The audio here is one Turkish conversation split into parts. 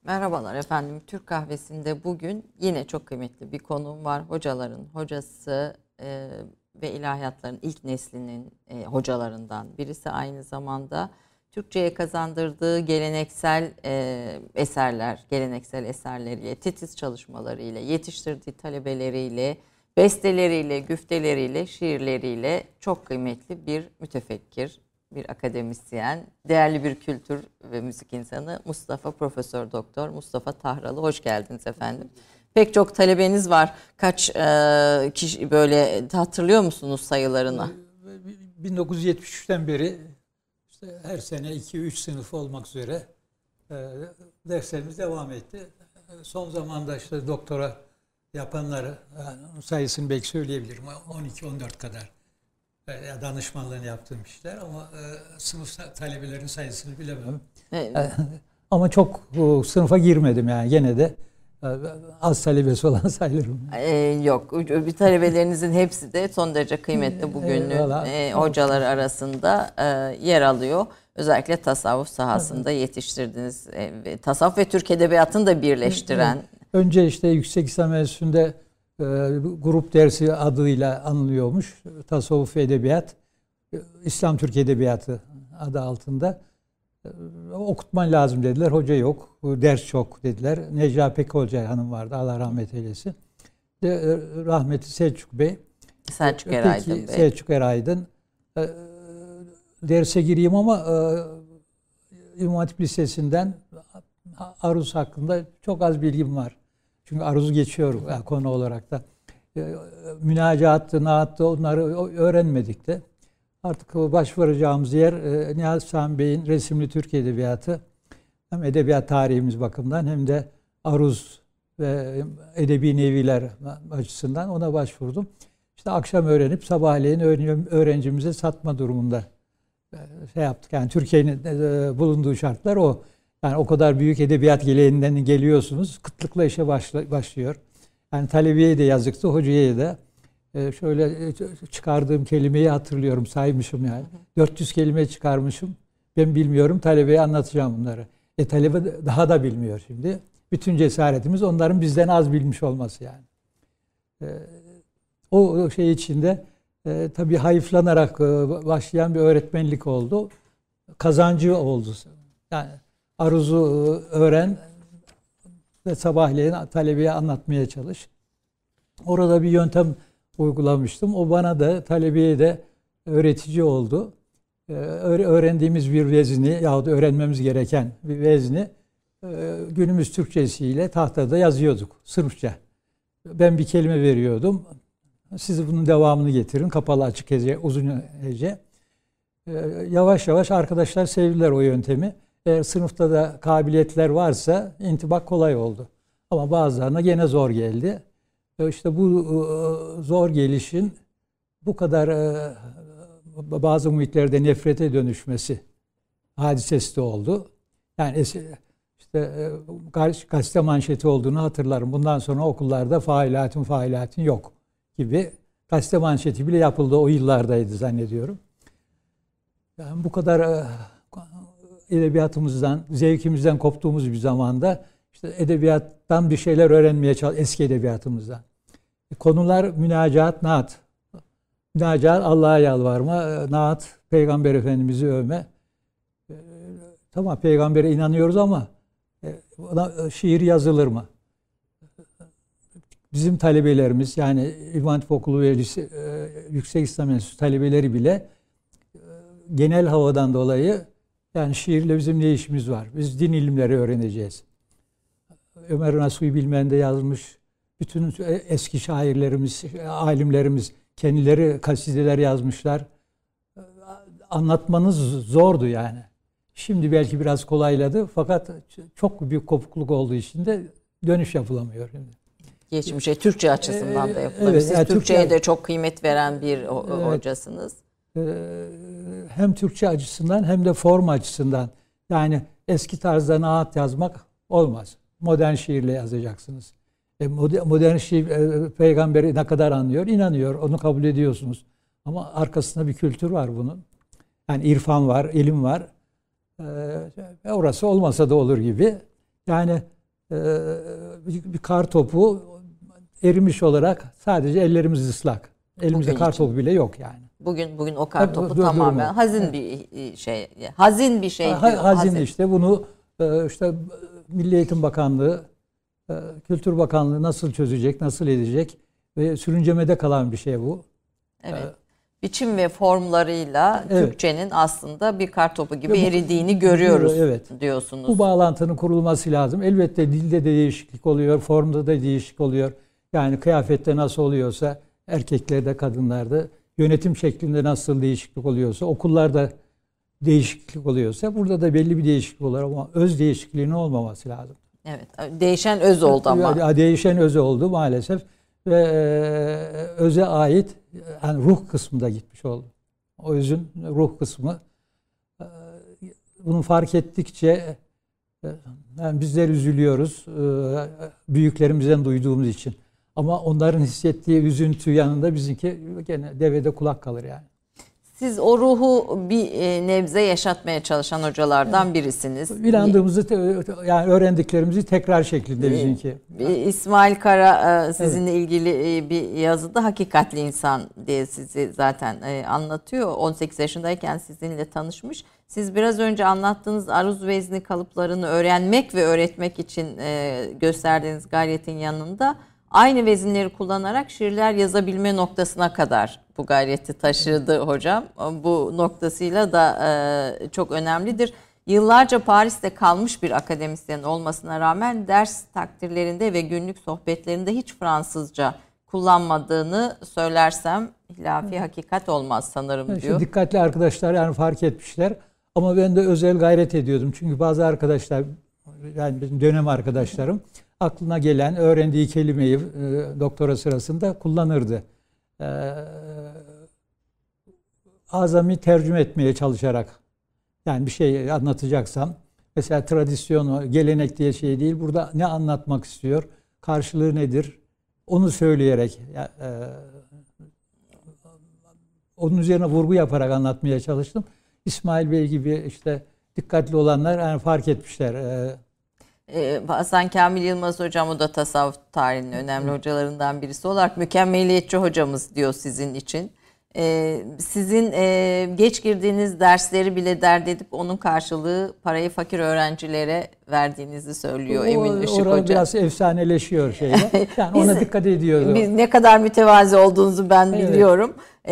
Merhabalar efendim. Türk Kahvesi'nde bugün yine çok kıymetli bir konuğum var. Hocaların hocası ve ilahiyatların ilk neslinin hocalarından birisi. Aynı zamanda Türkçe'ye kazandırdığı geleneksel eserler, geleneksel eserleriyle, titiz çalışmalarıyla, yetiştirdiği talebeleriyle, besteleriyle, güfteleriyle, şiirleriyle çok kıymetli bir mütefekkir, bir akademisyen, değerli bir kültür ve müzik insanı Mustafa Profesör Doktor Mustafa Tahralı. Hoş geldiniz efendim. Pek çok talebeniz var. Kaç kişi böyle hatırlıyor musunuz sayılarını? 1973'ten beri işte her sene 2-3 sınıf olmak üzere derslerimiz devam etti. Son zamanda işte doktora yapanları sayısını belki söyleyebilirim. 12-14 kadar danışmanlığını yaptığım kişiler ama sınıf talebelerin sayısını bilemem. Evet. Ama çok sınıfa girmedim yani gene de az talebesi olan sayılırım. Yok. Bir talebelerinizin hepsi de son derece kıymetli bugünün hocaları arasında yer alıyor. Özellikle tasavvuf sahasında yetiştirdiniz. Tasavvuf ve Türk Edebiyatı'nı da birleştiren. Önce işte Yüksek İslam Enstitüsü'nde grup dersi adıyla anılıyormuş. Tasavvuf ve Edebiyat, İslam Türk Edebiyatı adı altında. Okutman lazım dediler. Hoca yok. Ders çok dediler. Necla Pek Hoca hanım vardı. Allah rahmet eylesin. Rahmetli Selçuk Bey. Selçuk Eraydın Bey. Selçuk Eraydın. Derse gireyim ama İmam Hatip Lisesi'nden aruz hakkında çok az bilgim var. Çünkü aruzu geçiyor konu olarak da. Münacattı, naattı onları öğrenmedik de. Artık başvuracağımız yer Niyazi Sami Bey'in Resimli Türk Edebiyatı. Hem edebiyat tarihimiz bakımından hem de aruz ve edebi neviler açısından ona başvurdum. İşte akşam öğrenip sabahleyin öğrencimize satma durumunda şey yaptık. Yani Türkiye'nin bulunduğu şartlar o. Yani o kadar büyük edebiyat geleneğinden geliyorsunuz. Kıtlıkla işe başlıyor. Yani talebeye de yazıktı, hocaya da. Şöyle çıkardığım kelimeyi hatırlıyorum, saymışım yani. 400 kelime çıkarmışım. Ben bilmiyorum, talebeye anlatacağım bunları. Talebe daha da bilmiyor şimdi. Bütün cesaretimiz onların bizden az bilmiş olması yani. O şey içinde tabii hayıflanarak başlayan bir öğretmenlik oldu. Kazancı oldu. Yani aruzu öğren ve sabahleyin talebeye anlatmaya çalış. Orada bir yöntem uygulamıştım. O bana da talebeye de öğretici oldu. Öğrendiğimiz bir vezni yahut öğrenmemiz gereken bir vezni günümüz Türkçesiyle tahtada yazıyorduk sınıfça. Ben bir kelime veriyordum. Siz bunun devamını getirin. Kapalı açık hece, uzun hece. Yavaş yavaş arkadaşlar sevdiler o yöntemi. Eğer sınıfta da kabiliyetler varsa intibak kolay oldu. Ama bazılarına gene zor geldi. İşte bu zor gelişin bu kadar bazı muhitlerde nefrete dönüşmesi hadisesi de oldu. Yani işte gazete manşeti olduğunu hatırlarım. Bundan sonra okullarda faaliyetin yok gibi gazete manşeti bile yapıldı. O yıllardaydı zannediyorum. Yani bu kadar edebiyatımızdan, zevkimizden koptuğumuz bir zamanda işte edebiyattan bir şeyler öğrenmeye eski edebiyatımızdan. Konular münacat, naat. Münacat Allah'a yalvarma, naat Peygamber Efendimiz'i övme. Tamam peygambere inanıyoruz ama şiir yazılır mı? Bizim talebelerimiz yani İmam Hatip Okulu ve Yüksek İslam Enstitüsü talebeleri bile genel havadan dolayı yani şiirle bizim ne işimiz var? Biz din ilimleri öğreneceğiz. Ömer Nasuhi Bilmen'de yazmış. Bütün eski şairlerimiz, alimlerimiz kendileri kasideler yazmışlar. Anlatmanız zordu yani. Şimdi belki biraz kolayladı fakat çok büyük kopukluk olduğu için de dönüş yapılamıyor. Geçmişe Türkçe açısından da yapılabilir. Evet, siz yani Türkçe'ye de çok kıymet veren bir hocasınız. Hem Türkçe açısından hem de form açısından. Yani eski tarzda naat yazmak olmaz. Modern şiirle yazacaksınız. Modern şiir peygamberi ne kadar anlıyor? İnanıyor. Onu kabul ediyorsunuz. Ama arkasında bir kültür var bunun. Yani irfan var, ilim var. Orası olmasa da olur gibi. Yani bir kar topu erimiş olarak sadece ellerimiz ıslak. Elimizde Bugün kar için. topu bile yok yani. Bugün o kar topu Durumu. tamamen hazin bir şey. Hazin bir şey diyor. Hazin işte bunu işte Milli Eğitim Bakanlığı, Kültür Bakanlığı nasıl çözecek, nasıl edecek ve sürüncemede kalan bir şey bu. Evet. Biçim ve formlarıyla Türkçenin aslında bir kar topu gibi eridiğini görüyoruz diyorsunuz. Bu bağlantının kurulması lazım. Elbette dilde de değişiklik oluyor, formda da değişiklik oluyor. Yani kıyafette nasıl oluyorsa erkeklerde, kadınlarda, yönetim şeklinde nasıl değişiklik oluyorsa, okullarda değişiklik oluyorsa burada da belli bir değişiklik olur ama öz değişikliğinin olmaması lazım. Evet, değişen öz oldu ama. Değişen öz oldu maalesef ve öze ait yani ruh kısmında gitmiş oldu. O özün ruh kısmı bunu fark ettikçe yani bizler üzülüyoruz büyüklerimizden duyduğumuz için. Ama onların hissettiği üzüntü yanında bizimki gene devede kulak kalır yani. Siz o ruhu bir nebze yaşatmaya çalışan hocalardan birisiniz. İnandığımızı yani öğrendiklerimizi tekrar şeklinde bizimki. İsmail Kara sizinle ilgili bir yazıda hakikatli insan diye sizi zaten anlatıyor. 18 yaşındayken sizinle tanışmış. Siz biraz önce anlattığınız aruz vezni kalıplarını öğrenmek ve öğretmek için gösterdiğiniz gayretin yanında aynı vezinleri kullanarak şiirler yazabilme noktasına kadar bu gayreti taşıdı hocam. Bu noktasıyla da çok önemlidir. Yıllarca Paris'te kalmış bir akademisyen olmasına rağmen ders takdirlerinde ve günlük sohbetlerinde hiç Fransızca kullanmadığını söylersem hilafi hakikat olmaz sanırım diyor. İşte dikkatli arkadaşlar yani fark etmişler. Ama ben de özel gayret ediyordum. Çünkü bazı arkadaşlar yani benim dönem arkadaşlarım aklına gelen öğrendiği kelimeyi doktora sırasında kullanırdı. Azami tercüme etmeye çalışarak yani bir şey anlatacaksam mesela tradisyon, gelenek diye şey değil. Burada ne anlatmak istiyor? Karşılığı nedir? Onu söyleyerek onun üzerine vurgu yaparak anlatmaya çalıştım. İsmail Bey gibi işte dikkatli olanlar yani fark etmişler. Hasan Kamil Yılmaz hocam o da tasavvuf tarihinin önemli hocalarından birisi olarak mükemmeliyetçi hocamız diyor sizin için. Sizin geç girdiğiniz dersleri bile dert edip onun karşılığı parayı fakir öğrencilere verdiğinizi söylüyor Emin Işık Hoca. Orada biraz efsaneleşiyor şeyler. Yani ona dikkat ediyordu. Biz ne kadar mütevazi olduğunuzu ben biliyorum.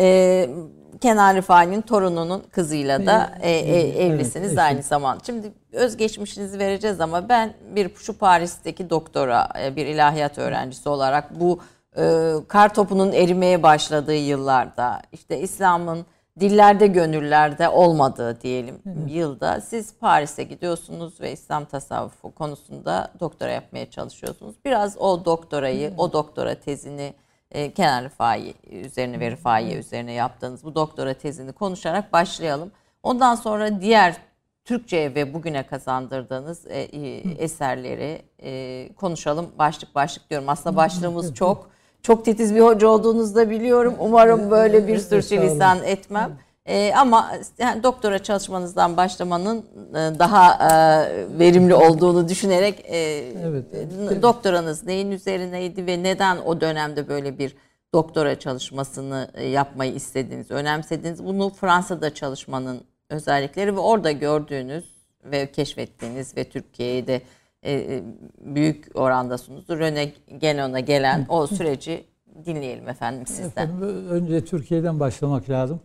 Kenan Rıfai'nin torununun kızıyla da evlisiniz evet, aynı zamanda. Şimdi özgeçmişinizi vereceğiz ama ben şu Paris'teki doktora bir ilahiyat öğrencisi olarak bu kar topunun erimeye başladığı yıllarda işte İslam'ın dillerde gönüllerde olmadığı diyelim yılda siz Paris'e gidiyorsunuz ve İslam tasavvufu konusunda doktora yapmaya çalışıyorsunuz. Biraz o doktorayı, o doktora tezini Kenan Rıfai üzerine ve Rıfaiye üzerine yaptığınız bu doktora tezini konuşarak başlayalım. Ondan sonra diğer Türkçe'ye ve bugüne kazandırdığınız eserleri konuşalım. Başlık başlık diyorum. Aslında başlığımız çok titiz bir hoca olduğunuzu da biliyorum. Umarım böyle bir sürçülisan etmem. Ama yani doktora çalışmanızdan başlamanın daha verimli olduğunu düşünerek doktoranız neyin üzerineydi ve neden o dönemde böyle bir doktora çalışmasını yapmayı istediniz, önemsediniz? Bunu Fransa'da çalışmanın özellikleri ve orada gördüğünüz ve keşfettiğiniz ve Türkiye'ye de büyük oranda sunduğunuz René Guénon'a gelen o süreci dinleyelim efendim sizden. Efendim, önce Türkiye'den başlamak lazım.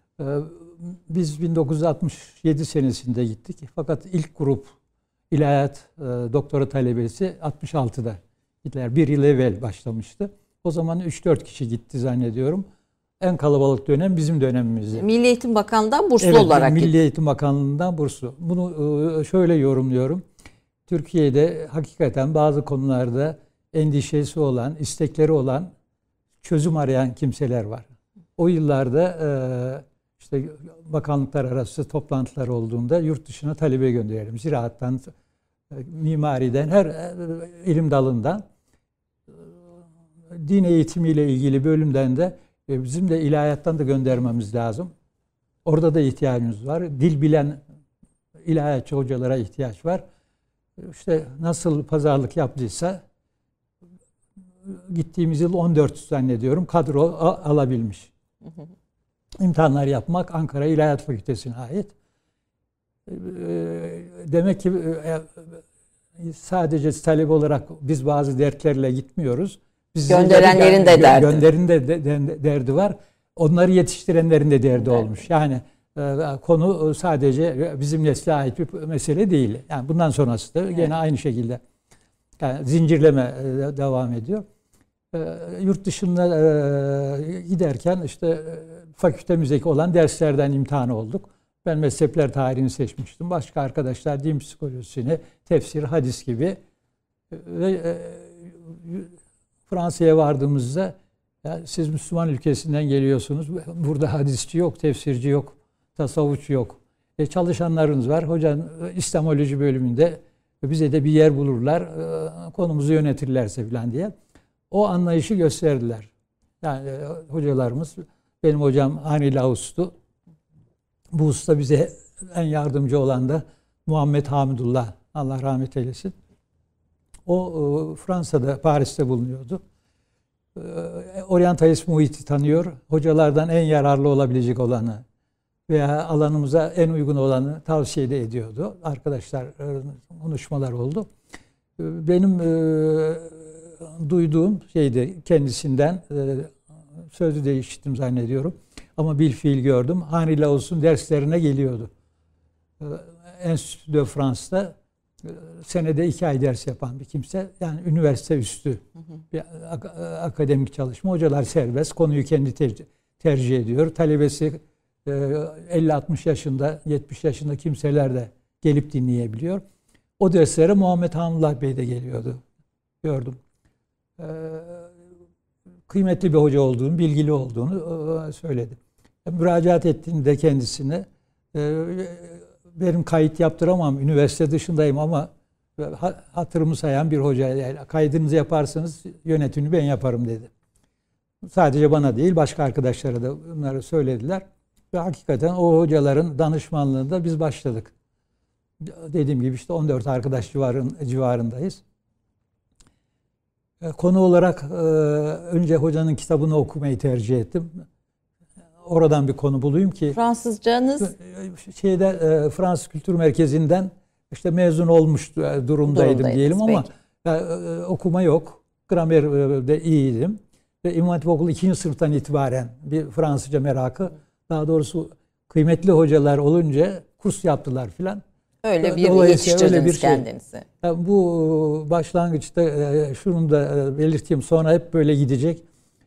Biz 1967 senesinde gittik. Fakat ilk grup ilahiyat doktora talebesi 66'da gittiler. Bir yıl evvel başlamıştı. O zaman 3-4 kişi gitti zannediyorum. En kalabalık dönem bizim dönemimizdi. Milli Eğitim Bakanlığı'ndan burslu olarak gitti. Milli Eğitim Bakanlığı'ndan burslu. Bunu şöyle yorumluyorum. Türkiye'de hakikaten bazı konularda endişesi olan, istekleri olan, çözüm arayan kimseler var. O yıllarda işte bakanlıklar arası toplantılar olduğunda yurt dışına talebe gönderelim. Ziraattan, mimariden, her ilim dalından, din eğitimiyle ilgili bölümden de bizim de ilahiyattan da göndermemiz lazım. Orada da ihtiyacımız var. Dil bilen ilahiyatçı hocalara ihtiyaç var. işte nasıl pazarlık yaptıysa gittiğimiz yıl 14 zannediyorum kadro alabilmiş. İmtihanlar yapmak Ankara İlahiyat Fakültesi'ne ait. Demek ki sadece talep olarak biz bazı dertlerle gitmiyoruz. Gönderenlerin de derdi. Gönderin de derdi var. Onları yetiştirenlerin de derdi olmuş. Yani konu sadece bizim nesle ait bir mesele değil. Yani bundan sonrası da gene aynı şekilde yani zincirleme devam ediyor. Yurt dışında giderken işte fakültemizdeki olan derslerden imtihan olduk. Ben mezhepler tarihini seçmiştim. Başka arkadaşlar din psikolojisini, tefsir, hadis gibi. Ve Fransa'ya vardığımızda ya siz Müslüman ülkesinden geliyorsunuz. Burada hadisçi yok, tefsirci yok, tasavvufçu yok. Çalışanlarınız var. Hocanın İslamoloji bölümünde bize de bir yer bulurlar. Konumuzu yönetirlerse falan diye. O anlayışı gösterdiler. Yani hocalarımız, benim hocam Hani Laus'tu. Bu usta bize en yardımcı olan da Muhammed Hamidullah. Allah rahmet eylesin. O Fransa'da, Paris'te bulunuyordu. Oryantalist muhiti tanıyor. Hocalardan en yararlı olabilecek olanı veya alanımıza en uygun olanı tavsiye de ediyordu. Arkadaşlar konuşmalar oldu. Benim duyduğum şeydi kendisinden, sözü de işittim zannediyorum. Ama bilfiil gördüm. Hani Laus'un derslerine geliyordu. Enstitü de France'da senede 2 ay ders yapan bir kimse. Yani üniversite üstü bir akademik çalışma. Hocalar serbest. Konuyu kendi tercih ediyor. Talebesi 50-60 yaşında, 70 yaşında kimseler de gelip dinleyebiliyor. O derslere Muhammed Hamdullah Bey de geliyordu. Gördüm. Kıymetli bir hoca olduğunu, bilgili olduğunu söyledi. Müracaat ettiğimde kendisine benim kayıt yaptıramam, üniversite dışındayım ama hatırımı sayan bir hoca, yani kaydınızı yaparsanız yönetimini ben yaparım dedi. Sadece bana değil, başka arkadaşlara da bunları söylediler. Ve hakikaten o hocaların danışmanlığında biz başladık. Dediğim gibi işte 14 arkadaş civarındayız. Konu olarak önce hocanın kitabını okumayı tercih ettim. Oradan bir konu bulayım ki. Fransızcanız? Fransız Kültür Merkezi'nden işte mezun olmuş durumdaydım diyelim ama okuma yok. Gramerde iyiydim. Ve İmam Hatip Okulu 2. sınıftan itibaren bir Fransızca merakı. Daha doğrusu kıymetli hocalar olunca kurs yaptılar filan. Öyle bir yetiştirdiniz kendinizi. Yani bu başlangıçta şunu da belirteyim, sonra hep böyle gidecek.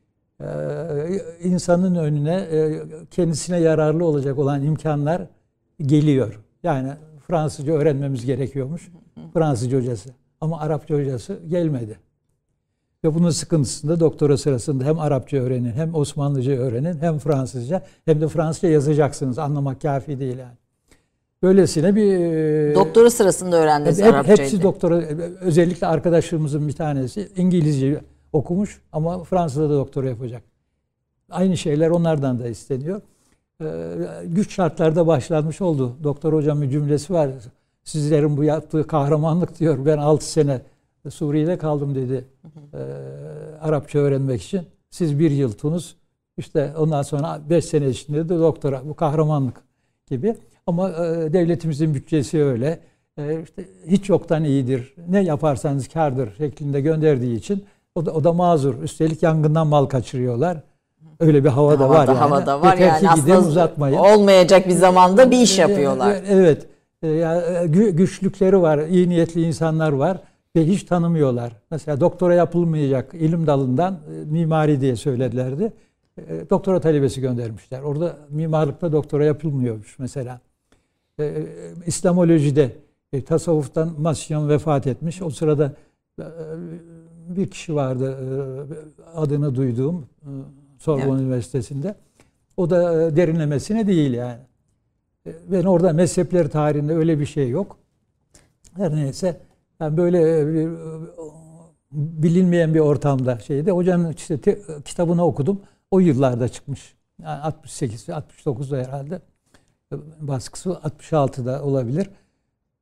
İnsanın önüne kendisine yararlı olacak olan imkanlar geliyor. Yani Fransızca öğrenmemiz gerekiyormuş. Fransızca hocası. Ama Arapça hocası gelmedi. Ve bunun sıkıntısında doktora sırasında hem Arapça öğrenin, hem Osmanlıca öğrenin, hem Fransızca, hem de Fransızca yazacaksınız. Anlamak kafi değil yani. Böylesine bir... Doktora sırasında öğrendiniz Arapçayı. Hepsi doktora, özellikle arkadaşlarımızın bir tanesi İngilizce okumuş ama Fransa'da da doktora yapacak. Aynı şeyler onlardan da isteniyor. Güç şartlarda başlanmış oldu. Doktor hocam bir cümlesi var. Sizlerin bu yaptığı kahramanlık diyor. Ben 6 sene Suriye'de kaldım dedi. Arapça öğrenmek için. Siz 1 yıl Tunus. İşte ondan sonra 5 sene içinde de doktora. Bu kahramanlık gibi. Ama devletimizin bütçesi öyle. İşte hiç yoktan iyidir. Ne yaparsanız kârdır şeklinde gönderdiği için o da mazur. Üstelik yangından mal kaçırıyorlar. Öyle bir havada var yani. Havada var yeter yani. Aslında uzatmayın. Olmayacak bir zamanda bir iş yapıyorlar. Evet. Güçlükleri var. İyi niyetli insanlar var. Ve hiç tanımıyorlar. Mesela doktora yapılmayacak ilim dalından mimari diye söyledilerdi. Doktora talebesi göndermişler. Orada mimarlıkta doktora yapılmıyormuş mesela. İslamolojide tasavvuftan Masyan vefat etmiş. O sırada bir kişi vardı adını duyduğum Sorbonne Üniversitesi'nde. O da derinlemesine değil yani. Ben orada mezhepler tarihinde öyle bir şey yok. Her neyse yani böyle bir, bilinmeyen bir ortamda şeyde hocanın işte kitabını okudum. O yıllarda çıkmış. Yani 68 ve 69'da herhalde. Baskısı 66'da olabilir.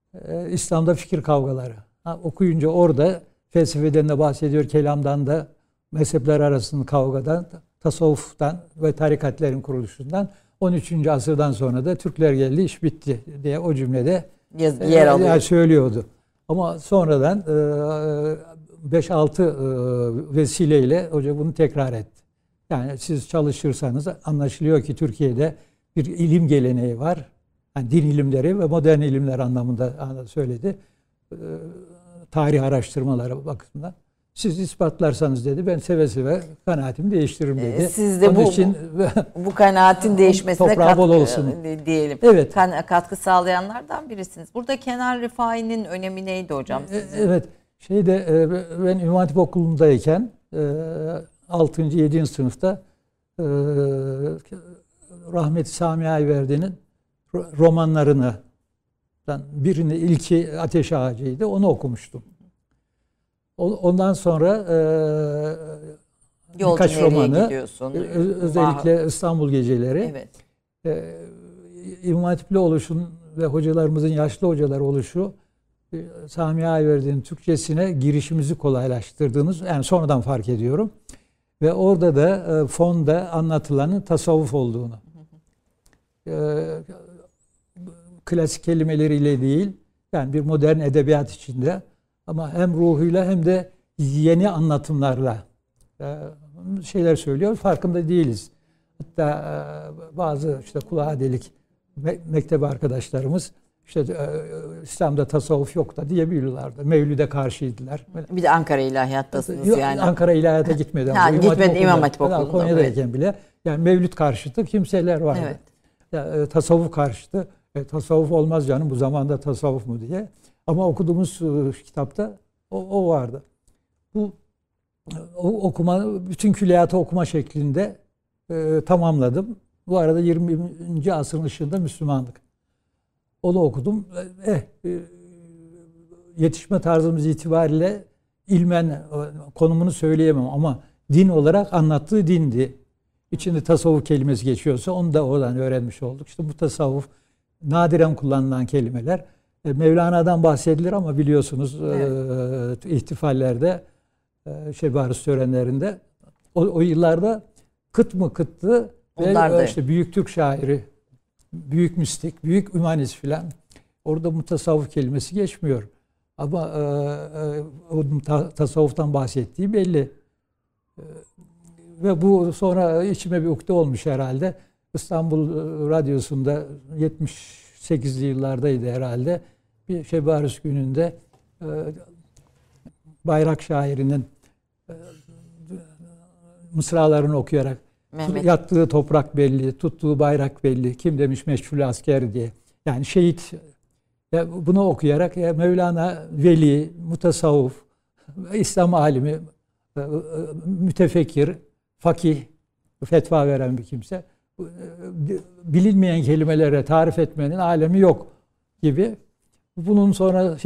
İslam'da fikir kavgaları. Okuyunca orada felsefeden de bahsediyor, kelamdan da, mezhepler arasında kavgadan, tasavvuftan ve tarikatlerin kuruluşundan. 13. asırdan sonra da Türkler geldi, iş bitti diye o cümlede yer alıyor. Söylüyordu. Ama sonradan 5-6 vesileyle hoca bunu tekrar etti. Yani siz çalışırsanız anlaşılıyor ki Türkiye'de bir ilim geleneği var. Yani din ilimleri ve modern ilimler anlamında söyledi. Tarih araştırmaları bakımından. Siz ispatlarsanız dedi, ben seve seve kanaatimi değiştiririm dedi. Siz de bu kanaatin değişmesine toprağı bol olsun diyelim. Evet. Katkı sağlayanlardan birisiniz. Burada Kenan Rifai'nin önemi neydi hocam sizin? Evet. Ben İmam Hatip Okulu'ndayken 6. 7. sınıfta rahmetli Sami Ayverdi'nin romanlarını, birinin ilki Ateş Ağacı'ydı. Onu okumuştum. Ondan sonra birkaç romanı, özellikle İstanbul Geceleri. Evet. İmam Hatipli oluşun ve hocalarımızın yaşlı hocalar oluşu Sami Ayverdi'nin Türkçesine girişimizi kolaylaştırdığımız, yani sonradan fark ediyorum. Ve orada da fonda anlatılanın tasavvuf olduğunu. Klasik kelimeleriyle değil, yani bir modern edebiyat içinde, ama hem ruhuyla hem de yeni anlatımlarla şeyler söylüyor. Farkında değiliz. Hatta bazı kulağa delik mektep arkadaşlarımız İslam'da tasavvuf yok da diyebiliyorlardı. Mevlüde karşıydılar. Bir de Ankara İlahiyat'tasınız yani. Ankara İlahiyat'a gitmeden. İmam Hatip Okulu'nda. Konya'dayken bile. Yani Mevlüt karşıtı kimseler vardı. Evet. Yani, tasavvuf karşıtı. Tasavvuf olmaz canım, bu zamanda tasavvuf mu diye. Ama okuduğumuz kitapta o vardı. Bu okuma, bütün külliyatı okuma şeklinde tamamladım. Bu arada 20. asrın ışığında Müslümanlık. Onu okudum. Yetişme tarzımız itibariyle ilmen konumunu söyleyemem ama din olarak anlattığı dindi. İçinde tasavvuf kelimesi geçiyorsa onu da oradan öğrenmiş olduk. İşte bu tasavvuf nadiren kullanılan kelimeler. Mevlana'dan bahsedilir ama biliyorsunuz evet, ihtifallerde, şebarız törenlerinde o yıllarda kıt mı kıttı ve büyük Türk şairi, büyük mistik, büyük ümanist filan, orada mutasavvuf kelimesi geçmiyor. Ama o tasavvuftan bahsettiği belli. Ve bu sonra içime bir ukde olmuş herhalde. İstanbul Radyosu'nda 78'li yıllardaydı herhalde. Bir Şebarus gününde Bayrak şairinin mısralarını okuyarak yattığı toprak belli, tuttuğu bayrak belli, kim demiş meşhur asker diye. Yani şehit, bunu okuyarak Mevlana veli, mutasavvuf, İslam alimi, mütefekkir, fakih, fetva veren bir kimse. Bilinmeyen kelimelere tarif etmenin alemi yok gibi. Bunun sonra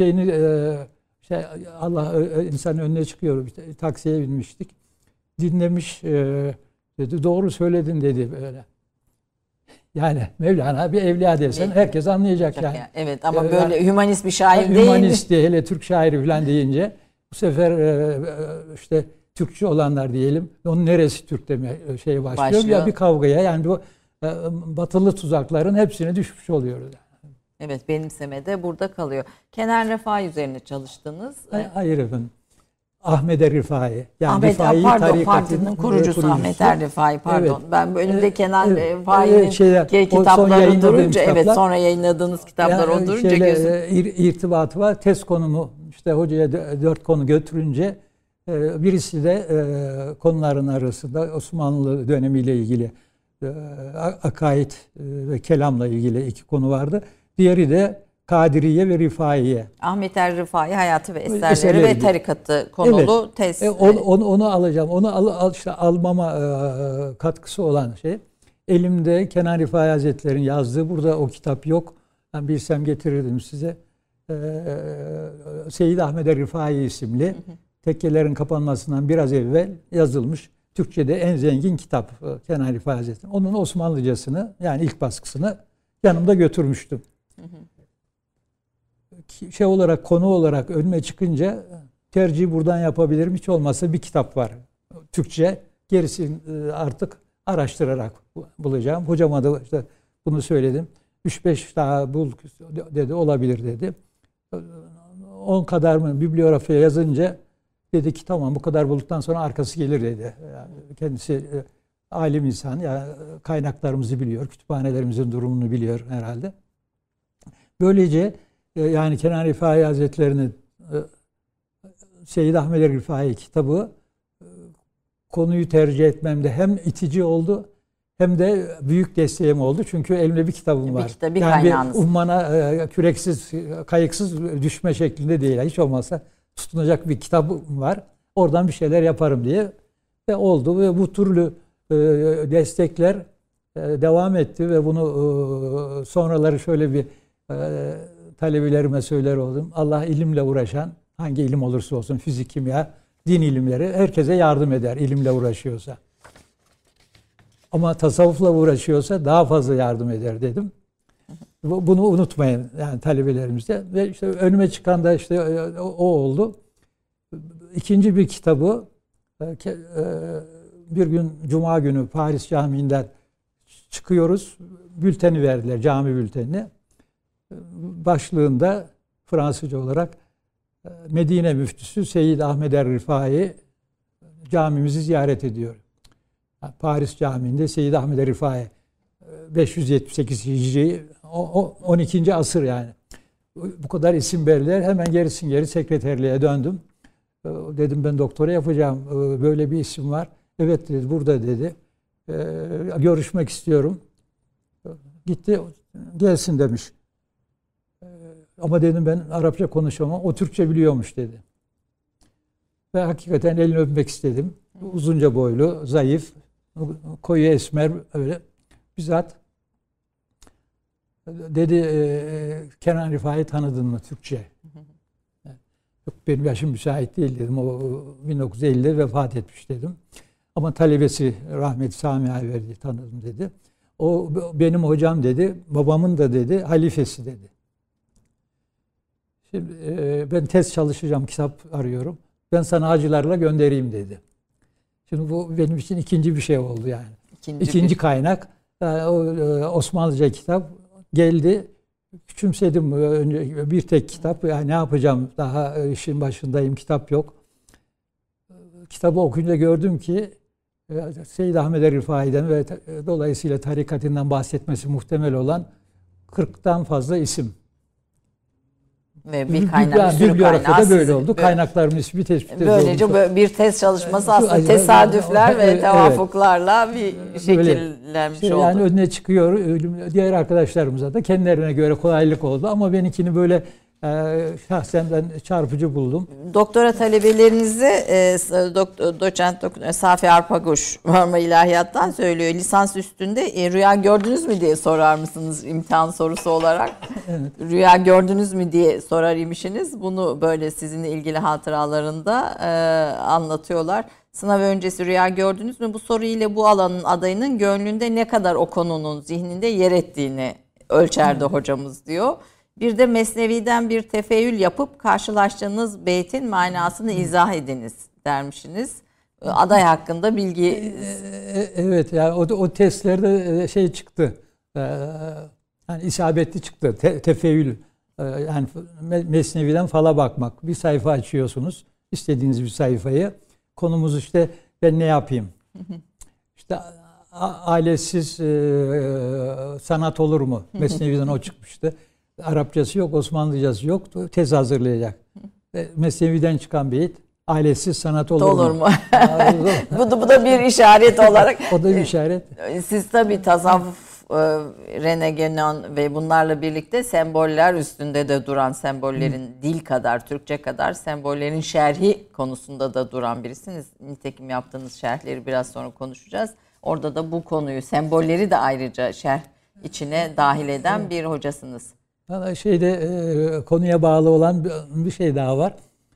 Allah insanın önüne çıkıyor. Taksiye binmiştik. Dinlemiş, dedi, doğru söyledin dedi böyle. Yani Mevlana bir evliya desen herkes anlayacak yani. Evet ama böyle hümanist bir şair değil. Hümanist diye, hele Türk şairi falan deyince bu sefer Türkçe olanlar diyelim, onun neresi Türk deme başlıyor. Ya bir kavgaya, yani bu batılı tuzakların hepsine düşmüş oluyoruz. Evet, benimseme de burada kalıyor. Kenan Rifai üzerine çalıştınız. Hayır efendim. Ahmed Rifai. Yani Rifai tarikatının kurucusu Ahmed Rifai. Pardon. Evet. Ben önümde Kenan Rifai'nin kitapları durunca, sonra yayınladığınız kitaplar durunca gözüm. İrtibatı var. Test konumu hocaya 4 konu götürünce birisi de konuların arasında Osmanlı dönemiyle ilgili akaid ve kelamla ilgili 2 konu vardı. Diğeri de Kadiriye ve Rifaiye. Ahmet Rifai hayatı ve eserleri ve tarikatı konulu tez. Onu alacağım. Onu almama katkısı olan elimde Kenan Rifai Hazretleri'nin yazdığı, burada o kitap yok. Ben bilsem getirirdim size. Seyyid Ahmed Rifai isimli, tekkelerin kapanmasından biraz evvel yazılmış Türkçe'de en zengin kitap Kenan Rifai Hazretleri. Onun Osmanlıcasını, yani ilk baskısını yanımda götürmüştüm. şey olarak, konu olarak önüme çıkınca tercihi buradan yapabilirim. Hiç olmazsa bir kitap var Türkçe. Gerisini artık araştırarak bulacağım. Hocama da işte bunu söyledim. 3-5 daha bul dedi, olabilir dedi. 10 kadar mı bibliografya yazınca dedi ki tamam, bu kadar bulduktan sonra arkası gelir dedi. Yani kendisi alim insan, yani kaynaklarımızı biliyor, kütüphanelerimizin durumunu biliyor herhalde. Böylece yani Kenan Rifai Hazretleri'nin Seyyid Ahmed Rifai kitabı konuyu tercih etmemde hem itici oldu hem de büyük desteğim oldu. Çünkü elimde bir kitabım var. Bir yani bir ummana küreksiz, kayıksız düşme şeklinde değil. Hiç olmazsa tutunacak bir kitabım var. Oradan bir şeyler yaparım diye ve oldu. Ve bu türlü destekler devam etti ve bunu sonraları şöyle bir talebelerime söyler oldum. Allah ilimle uğraşan, hangi ilim olursa olsun, fizik, kimya, din ilimleri, herkese yardım eder ilimle uğraşıyorsa. Ama tasavvufla uğraşıyorsa daha fazla yardım eder dedim. Bunu unutmayın yani talebelerimizde. Ve işte önüme çıkan da işte o oldu. İkinci bir kitabı bir gün Cuma günü Paris Camii'nden çıkıyoruz. Bülteni verdiler, cami bültenini. Başlığında Fransızca olarak Medine Müftüsü Seyyid Ahmed Rifai camimizi ziyaret ediyor. Paris Camii'nde Seyyid Ahmed Rifai 578 Hicri 12. asır yani. Bu kadar isim verdiler. Hemen gerisin geri sekreterliğe döndüm. Dedim ben doktora yapacağım. Böyle bir isim var. Evet dedi, burada dedi. Görüşmek istiyorum. Gitti, gelsin demiş. Ama dedim ben Arapça konuşamam. O Türkçe biliyormuş dedi. Ve hakikaten elini öpmek istedim. Uzunca boylu, zayıf, koyu esmer öyle. Bizzat dedi Kenan Rifai tanıdın mı Türkçe? Yok, benim yaşım müsait değil dedim. O 1950'de vefat etmiş dedim. Ama talebesi rahmetli Sami Ayverdi tanıdım dedi. O benim hocam dedi. Babamın da dedi halifesi dedi. Şimdi ben tez çalışacağım, kitap arıyorum. Ben sana hacılarla göndereyim dedi. Şimdi bu benim için ikinci bir şey oldu yani. İkinci kaynak. Osmanlıca kitap geldi. Küçümsedim önce bir tek kitap. Yani ne yapacağım? Daha işin başındayım. Kitap yok. Kitabı okuyunca gördüm ki Seyyid Ahmed Rifai'den ve dolayısıyla tarikatinden bahsetmesi muhtemel olan 40'tan fazla isim. Ve bir kaynak, bibliografyada böyle oldu. Kaynakların ismi tespit edildi. Böylece bir tez çalışması aslında tesadüfler ve tevafuklarla bir şekillenmiş oldu. Yani önüne çıkıyor. Diğer arkadaşlarımıza da kendilerine göre kolaylık oldu. Ama benimkini böyle şahsen ben çarpıcı buldum. Doktora talebelerinizi doçent Safi Arpaguş Marmara İlahiyat'tan söylüyor. Lisans üstünde rüya gördünüz mü diye sorar mısınız imtihan sorusu olarak? Evet. Rüya gördünüz mü diye sorar imişsiniz. Bunu böyle sizinle ilgili hatıralarında anlatıyorlar. Sınav öncesi rüya gördünüz mü? Bu soru ile bu alanın adayının gönlünde ne kadar o konunun zihninde yer ettiğini ölçerdi hocamız diyor. Bir de Mesnevi'den bir tefeül yapıp karşılaştığınız beytin manasını izah ediniz dermişsiniz. Aday hakkında bilgi... Evet, yani o testlerde şey çıktı. Yani isabetli çıktı. Tefeül. Yani Mesnevi'den fala bakmak. Bir sayfa açıyorsunuz. İstediğiniz bir sayfayı. Konumuz işte ben ne yapayım? İşte aletsiz sanat olur mu? Mesnevi'den o çıkmıştı. Arapçası yok, Osmanlıcası yok. Tez hazırlayacak. Mesnevi'den çıkan beyit, aletsiz sanat olur mu? Bu da bir işaret olarak. O da bir işaret. Siz tabii tasavvuf, René Guénon ve bunlarla birlikte semboller üstünde de duran, sembollerin dil kadar, Türkçe kadar sembollerin şerhi konusunda da duran birisiniz. Nitekim yaptığınız şerhleri biraz sonra konuşacağız. Orada da bu konuyu, sembolleri de ayrıca şerh içine dahil eden bir hocasınız. Konuya bağlı olan bir şey daha var.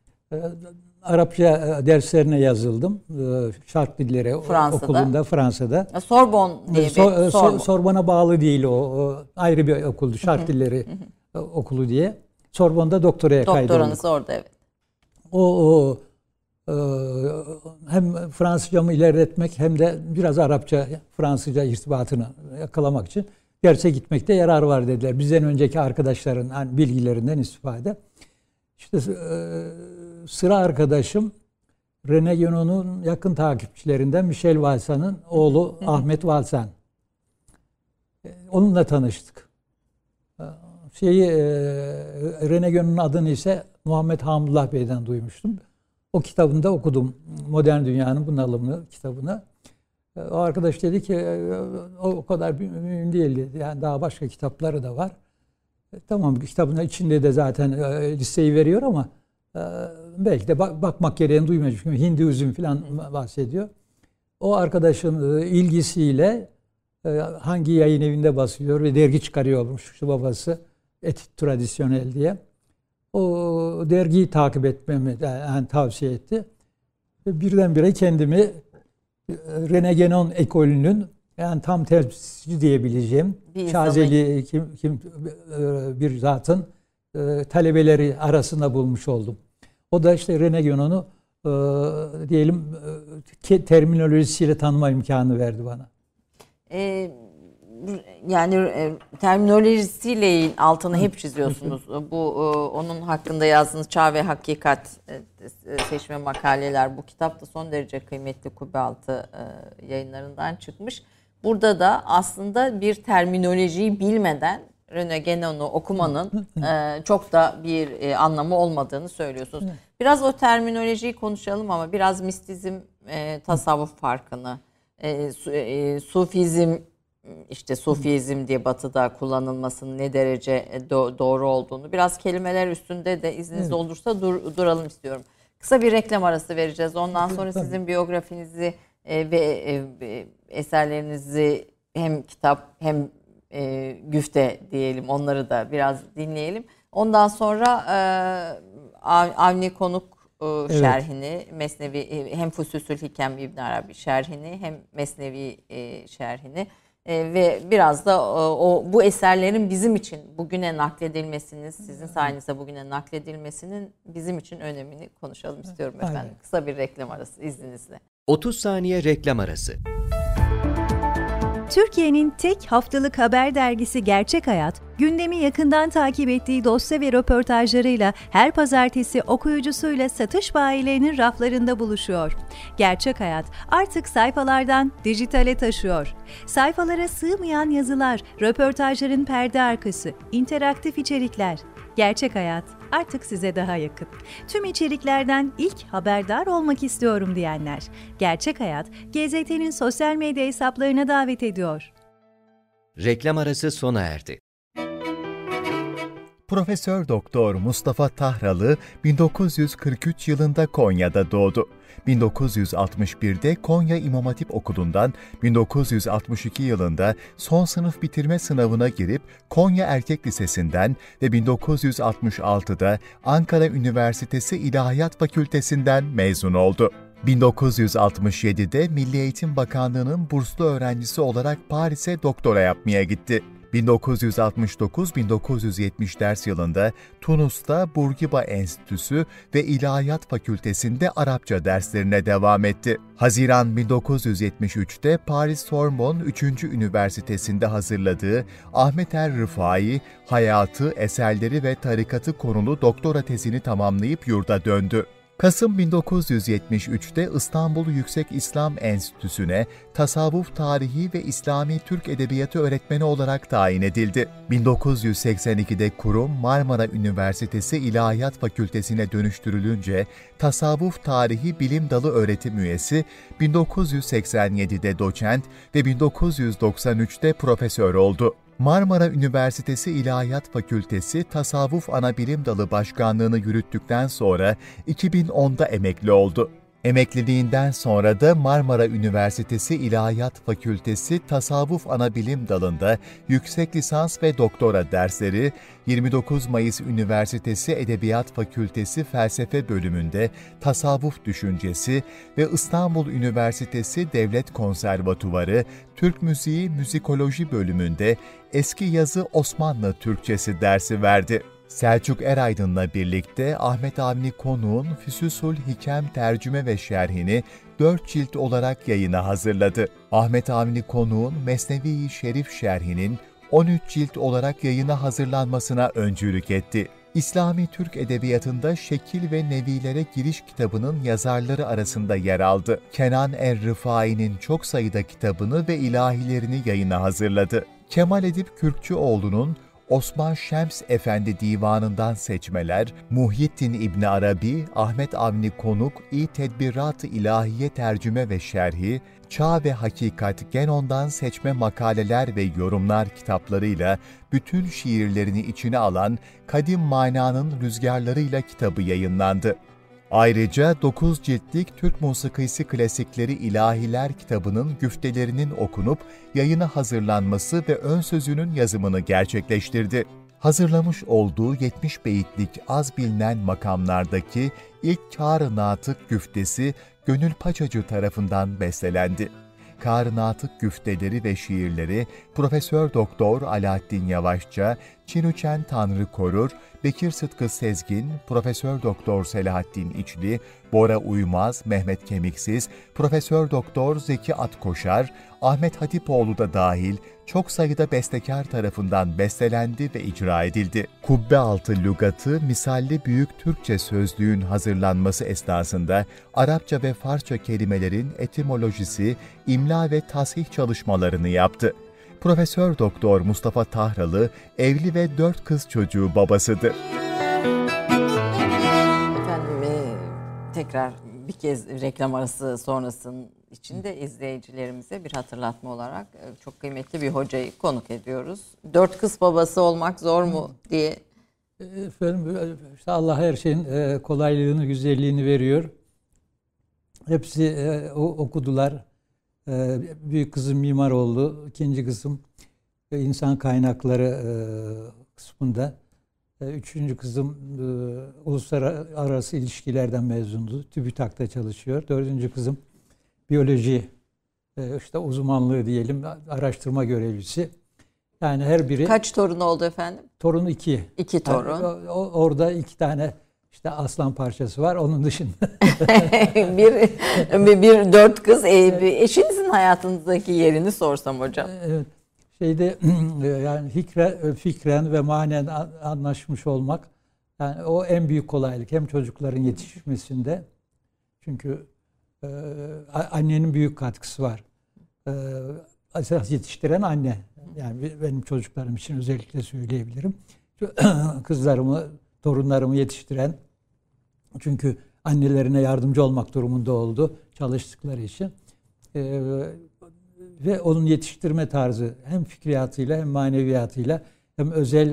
Arapça derslerine yazıldım. Şark dilleri okulunda Fransa'da. Sorbonne diye Sorbonne'a bağlı değil o. Ayrı bir okuldu. Şark dilleri okulu diye. Sorbonne'da doktoraya kaydolduk. Doktoranız orada, evet. O hem Fransızcamı ilerletmek hem de biraz Arapça, Fransızca irtibatını yakalamak için derse gitmekte yarar var dediler. Bizden önceki arkadaşların hani bilgilerinden istifade. İşte sıra arkadaşım René Guénon'un yakın takipçilerinden Michel Valsan'ın oğlu Ahmet Valsan. Onunla tanıştık. René Guénon'un adını ise Muhammed Hamdullah Bey'den duymuştum. O kitabını da okudum. Modern Dünyanın Bunalımı kitabını. O arkadaş dedi ki o kadar mühim değil dedi. Yani daha başka kitapları da var. Tamam, kitabın içinde de zaten listeyi veriyor ama belki de bakmak gereğini duymayacak. Çünkü Hinduizm falan bahsediyor. O arkadaşın ilgisiyle hangi yayın evinde basıyor ve dergi çıkarıyormuş işte babası, Etit Tradisyonel diye. O dergiyi takip etmemi yani tavsiye etti. Ve birdenbire kendimi René Guénon ekolünün yani tam temsilci diyebileceğim Şazeli bir zatın talebeleri arasında bulmuş oldum. O da işte René Guénon'u diyelim terminolojisiyle tanıma imkanı verdi bana. Yani terminolojisiyle altını hep çiziyorsunuz. Bu onun hakkında yazdığınız Çağ ve Hakikat seçme makaleler. Bu kitap da son derece kıymetli, Kubbe-Altı yayınlarından çıkmış. Burada da aslında bir terminolojiyi bilmeden René Guénon'u okumanın çok da bir anlamı olmadığını söylüyorsunuz. Biraz o terminolojiyi konuşalım ama biraz mistizm, tasavvuf farkını, sufizm, işte sufizm diye Batı'da kullanılmasının ne derece doğru olduğunu, biraz kelimeler üstünde de izniniz olursa duralım istiyorum. Kısa bir reklam arası vereceğiz. Ondan sonra sizin biyografinizi ve eserlerinizi hem kitap hem güfte diyelim, onları da biraz dinleyelim. Ondan sonra Avni Konuk şerhini, Mesnevi, hem Fususül Hikem İbn Arabi şerhini hem Mesnevi şerhini ve biraz da bu eserlerin bizim için bugüne nakledilmesinin, sizin sayenizde bugüne nakledilmesinin bizim için önemini konuşalım istiyorum efendim. Aynen. Kısa bir reklam arası izninizle. 30 saniye reklam arası. Türkiye'nin tek haftalık haber dergisi Gerçek Hayat, gündemi yakından takip ettiği dosya ve röportajlarıyla her pazartesi okuyucusuyla satış bayilerinin raflarında buluşuyor. Gerçek Hayat artık sayfalardan dijitale taşıyor. Sayfalara sığmayan yazılar, röportajların perde arkası, interaktif içerikler. Gerçek Hayat artık size daha yakın. Tüm içeriklerden ilk haberdar olmak istiyorum diyenler. Gerçek Hayat, GZT'nin sosyal medya hesaplarına davet ediyor. Reklam arası sona erdi. Profesör Doktor Mustafa Tahralı 1943 yılında Konya'da doğdu. 1961'de Konya İmam Hatip Okulu'ndan 1962 yılında son sınıf bitirme sınavına girip Konya Erkek Lisesi'nden ve 1966'da Ankara Üniversitesi İlahiyat Fakültesinden mezun oldu. 1967'de Milli Eğitim Bakanlığı'nın burslu öğrencisi olarak Paris'e doktora yapmaya gitti. 1969-1970 ders yılında Tunus'ta Bourguiba Enstitüsü ve İlahiyat Fakültesi'nde Arapça derslerine devam etti. Haziran 1973'te Paris Sorbonne 3. Üniversitesi'nde hazırladığı Ahmet Rıfai, hayatı, eserleri ve tarikatı konulu doktora tezini tamamlayıp yurda döndü. Kasım 1973'te İstanbul Yüksek İslam Enstitüsü'ne tasavvuf tarihi ve İslami Türk Edebiyatı öğretmeni olarak tayin edildi. 1982'de kurum Marmara Üniversitesi İlahiyat Fakültesi'ne dönüştürülünce tasavvuf tarihi bilim dalı öğretim üyesi, 1987'de doçent ve 1993'te profesör oldu. Marmara Üniversitesi İlahiyat Fakültesi Tasavvuf Anabilim Dalı Başkanlığını yürüttükten sonra 2010'da emekli oldu. Emekliliğinden sonra da Marmara Üniversitesi İlahiyat Fakültesi Tasavvuf Anabilim Dalı'nda yüksek lisans ve doktora dersleri, 29 Mayıs Üniversitesi Edebiyat Fakültesi Felsefe Bölümünde Tasavvuf Düşüncesi ve İstanbul Üniversitesi Devlet Konservatuvarı Türk Müziği Müzikoloji Bölümünde Eski Yazı Osmanlı Türkçesi dersi verdi. Selçuk Eraydın'la birlikte Ahmet Avni Konuk'un Füsus'ul Hikem tercüme ve şerhini 4 cilt olarak yayına hazırladı. Ahmet Avni Konuk'un Mesnevi-i Şerif şerhinin 13 cilt olarak yayına hazırlanmasına öncülük etti. İslami Türk Edebiyatı'nda Şekil ve Nevilere Giriş kitabının yazarları arasında yer aldı. Kenan Er-Rıfai'nin çok sayıda kitabını ve ilahilerini yayına hazırladı. Kemal Edip Kürkçüoğlu'nun Osman Şems Efendi Divanı'ndan seçmeler, Muhyiddin İbni Arabi, Ahmet Avni Konuk-i Tedbirat-ı İlahiye tercüme ve şerhi, Çağ ve Hakikat Genon'dan seçme makaleler ve yorumlar kitaplarıyla bütün şiirlerini içine alan Kadim Mana'nın Rüzgarlarıyla kitabı yayınlandı. Ayrıca 9 ciltlik Türk Musikisi Klasikleri İlahiler kitabının güftelerinin okunup yayına hazırlanması ve ön sözünün yazımını gerçekleştirdi. Hazırlamış olduğu 70 beyitlik az bilinen makamlardaki ilk Kâr-ı Natık güftesi Gönül Paçacı tarafından bestelendi. Kâr-ı Natık güfteleri ve şiirleri Profesör Doktor Alaaddin Yavaşça, Çinüçen Tanrı Korur, Bekir Sıtkı Sezgin, Profesör Doktor Selahattin İçli, Bora Uymaz, Mehmet Kemiksiz, Profesör Doktor Zeki Atkoşar, Ahmet Hatipoğlu da dahil çok sayıda bestekar tarafından bestelendi ve icra edildi. Kubbealtı lügatı misalli büyük Türkçe sözlüğün hazırlanması esnasında Arapça ve Farsça kelimelerin etimolojisi, imla ve tasih çalışmalarını yaptı. Profesör Doktor Mustafa Tahralı evli ve 4 kız çocuğu babasıdır. Efendim tekrar bir kez reklam arası sonrasının içinde izleyicilerimize bir hatırlatma olarak çok kıymetli bir hocayı konuk ediyoruz. 4 kız babası olmak zor mu diye. Efendim işte Allah her şeyin kolaylığını, güzelliğini veriyor. Hepsi okudular. Büyük kızım mimar oldu. İkinci kızım insan kaynakları kısmında. Üçüncü kızım uluslararası ilişkilerden mezundu. TÜBİTAK'ta çalışıyor. Dördüncü kızım biyoloji işte uzmanlığı diyelim, araştırma görevlisi. Yani her biri... Kaç torun oldu efendim? Torun 2. 2 torun. Yani orada 2 tane işte aslan parçası var. Onun dışında. bir 4 kız. Eşinizin hayatınızdaki yerini sorsam hocam. Evet. Yani fikren ve manen anlaşmış olmak, yani o en büyük kolaylık hem çocukların yetişmesinde, çünkü annenin büyük katkısı var. Esas yetiştiren anne. Yani benim çocuklarım için özellikle söyleyebilirim. Kızlarımı, torunlarımı yetiştiren, çünkü annelerine yardımcı olmak durumunda oldu çalıştıkları için. Ve onun yetiştirme tarzı hem fikriyatıyla hem maneviyatıyla hem özel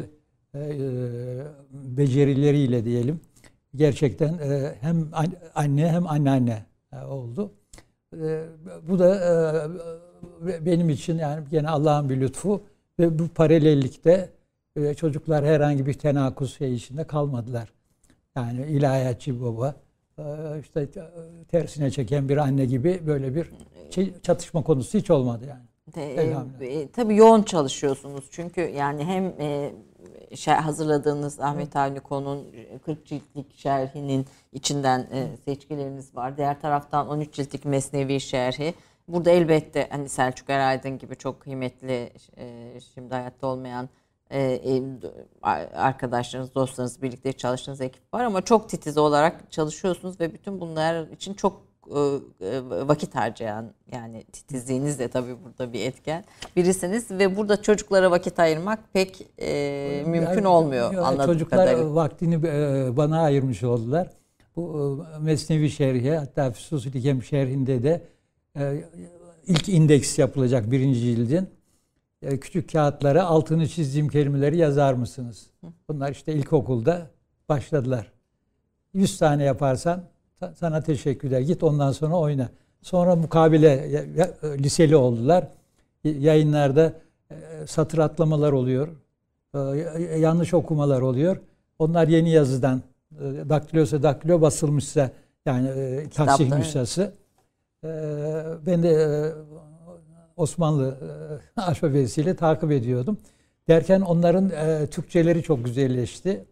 becerileriyle diyelim gerçekten hem anne hem anneanne oldu. Bu da benim için yani gene Allah'ın bir lütfu ve bu paralellikte çocuklar herhangi bir tenakuz içinde kalmadılar. Yani ilahiyatçı baba, işte tersine çeken bir anne gibi böyle bir çatışma konusu hiç olmadı yani. Tabii yoğun çalışıyorsunuz çünkü yani hem hazırladığınız Ahmet Avni Konuk'un 40 ciltlik şerhinin içinden seçkileriniz var. Diğer taraftan 13 ciltlik Mesnevi şerhi. Burada elbette hani Selçuk Eraydın gibi çok kıymetli şimdi hayatta olmayan arkadaşlarınız, dostlarınız, birlikte çalıştığınız ekip var ama çok titiz olarak çalışıyorsunuz ve bütün bunlar için çok vakit harcayan, yani titizliğiniz de tabii burada bir etken birisiniz ve burada çocuklara vakit ayırmak pek mümkün olmuyor anladığım çocuklar kadarıyla. Vaktini bana ayırmış oldular. Bu Mesnevi şerhi, hatta Füsus'ul Hikem şerhinde de ilk indeks yapılacak 1. cildin küçük kağıtlara altını çizdiğim kelimeleri yazar mısınız? Bunlar işte ilkokulda başladılar. 100 tane yaparsan sana teşekkürler. Git ondan sonra oyna. Sonra mukabele liseli oldular. Yayınlarda satır atlamalar oluyor. Yanlış okumalar oluyor. Onlar yeni yazıdan daktilosa daktilo, basılmışsa yani tahsih nüshası. Ben de Osmanlı alfabesiyle takip ediyordum. Derken onların Türkçeleri çok güzelleşti.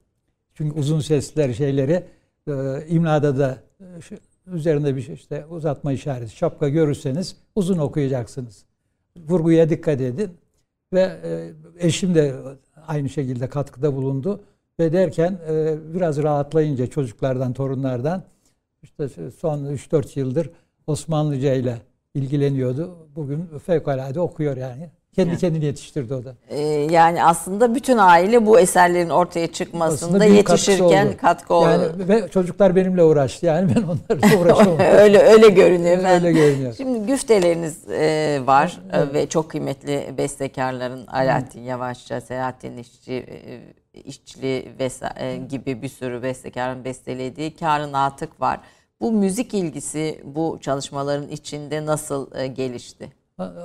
Çünkü uzun sesler şeyleri imlada da üzerinde bir şey işte uzatma işareti, şapka görürseniz uzun okuyacaksınız. Vurguya dikkat edin. Ve eşim de aynı şekilde katkıda bulundu. Ve derken biraz rahatlayınca çocuklardan, torunlardan işte son 3-4 yıldır Osmanlıca ile ilgileniyordu. Bugün fevkalade okuyor yani. Kendi kendini yetiştirdi o da. Yani aslında bütün aile bu eserlerin ortaya çıkmasında Aslında büyük yetişirken katkı oldu. Yani ve çocuklar benimle uğraştı. Yani ben onlarla uğraşamadım. öyle görünüyor. Öyle görünüyor. Şimdi güfteleriniz var Evet. ve çok kıymetli bestekarların Alaaddin Yavaşça, Selahattin İşçili gibi bir sürü bestekarın bestelediği Kârı Natık var. Bu müzik ilgisi bu çalışmaların içinde nasıl gelişti?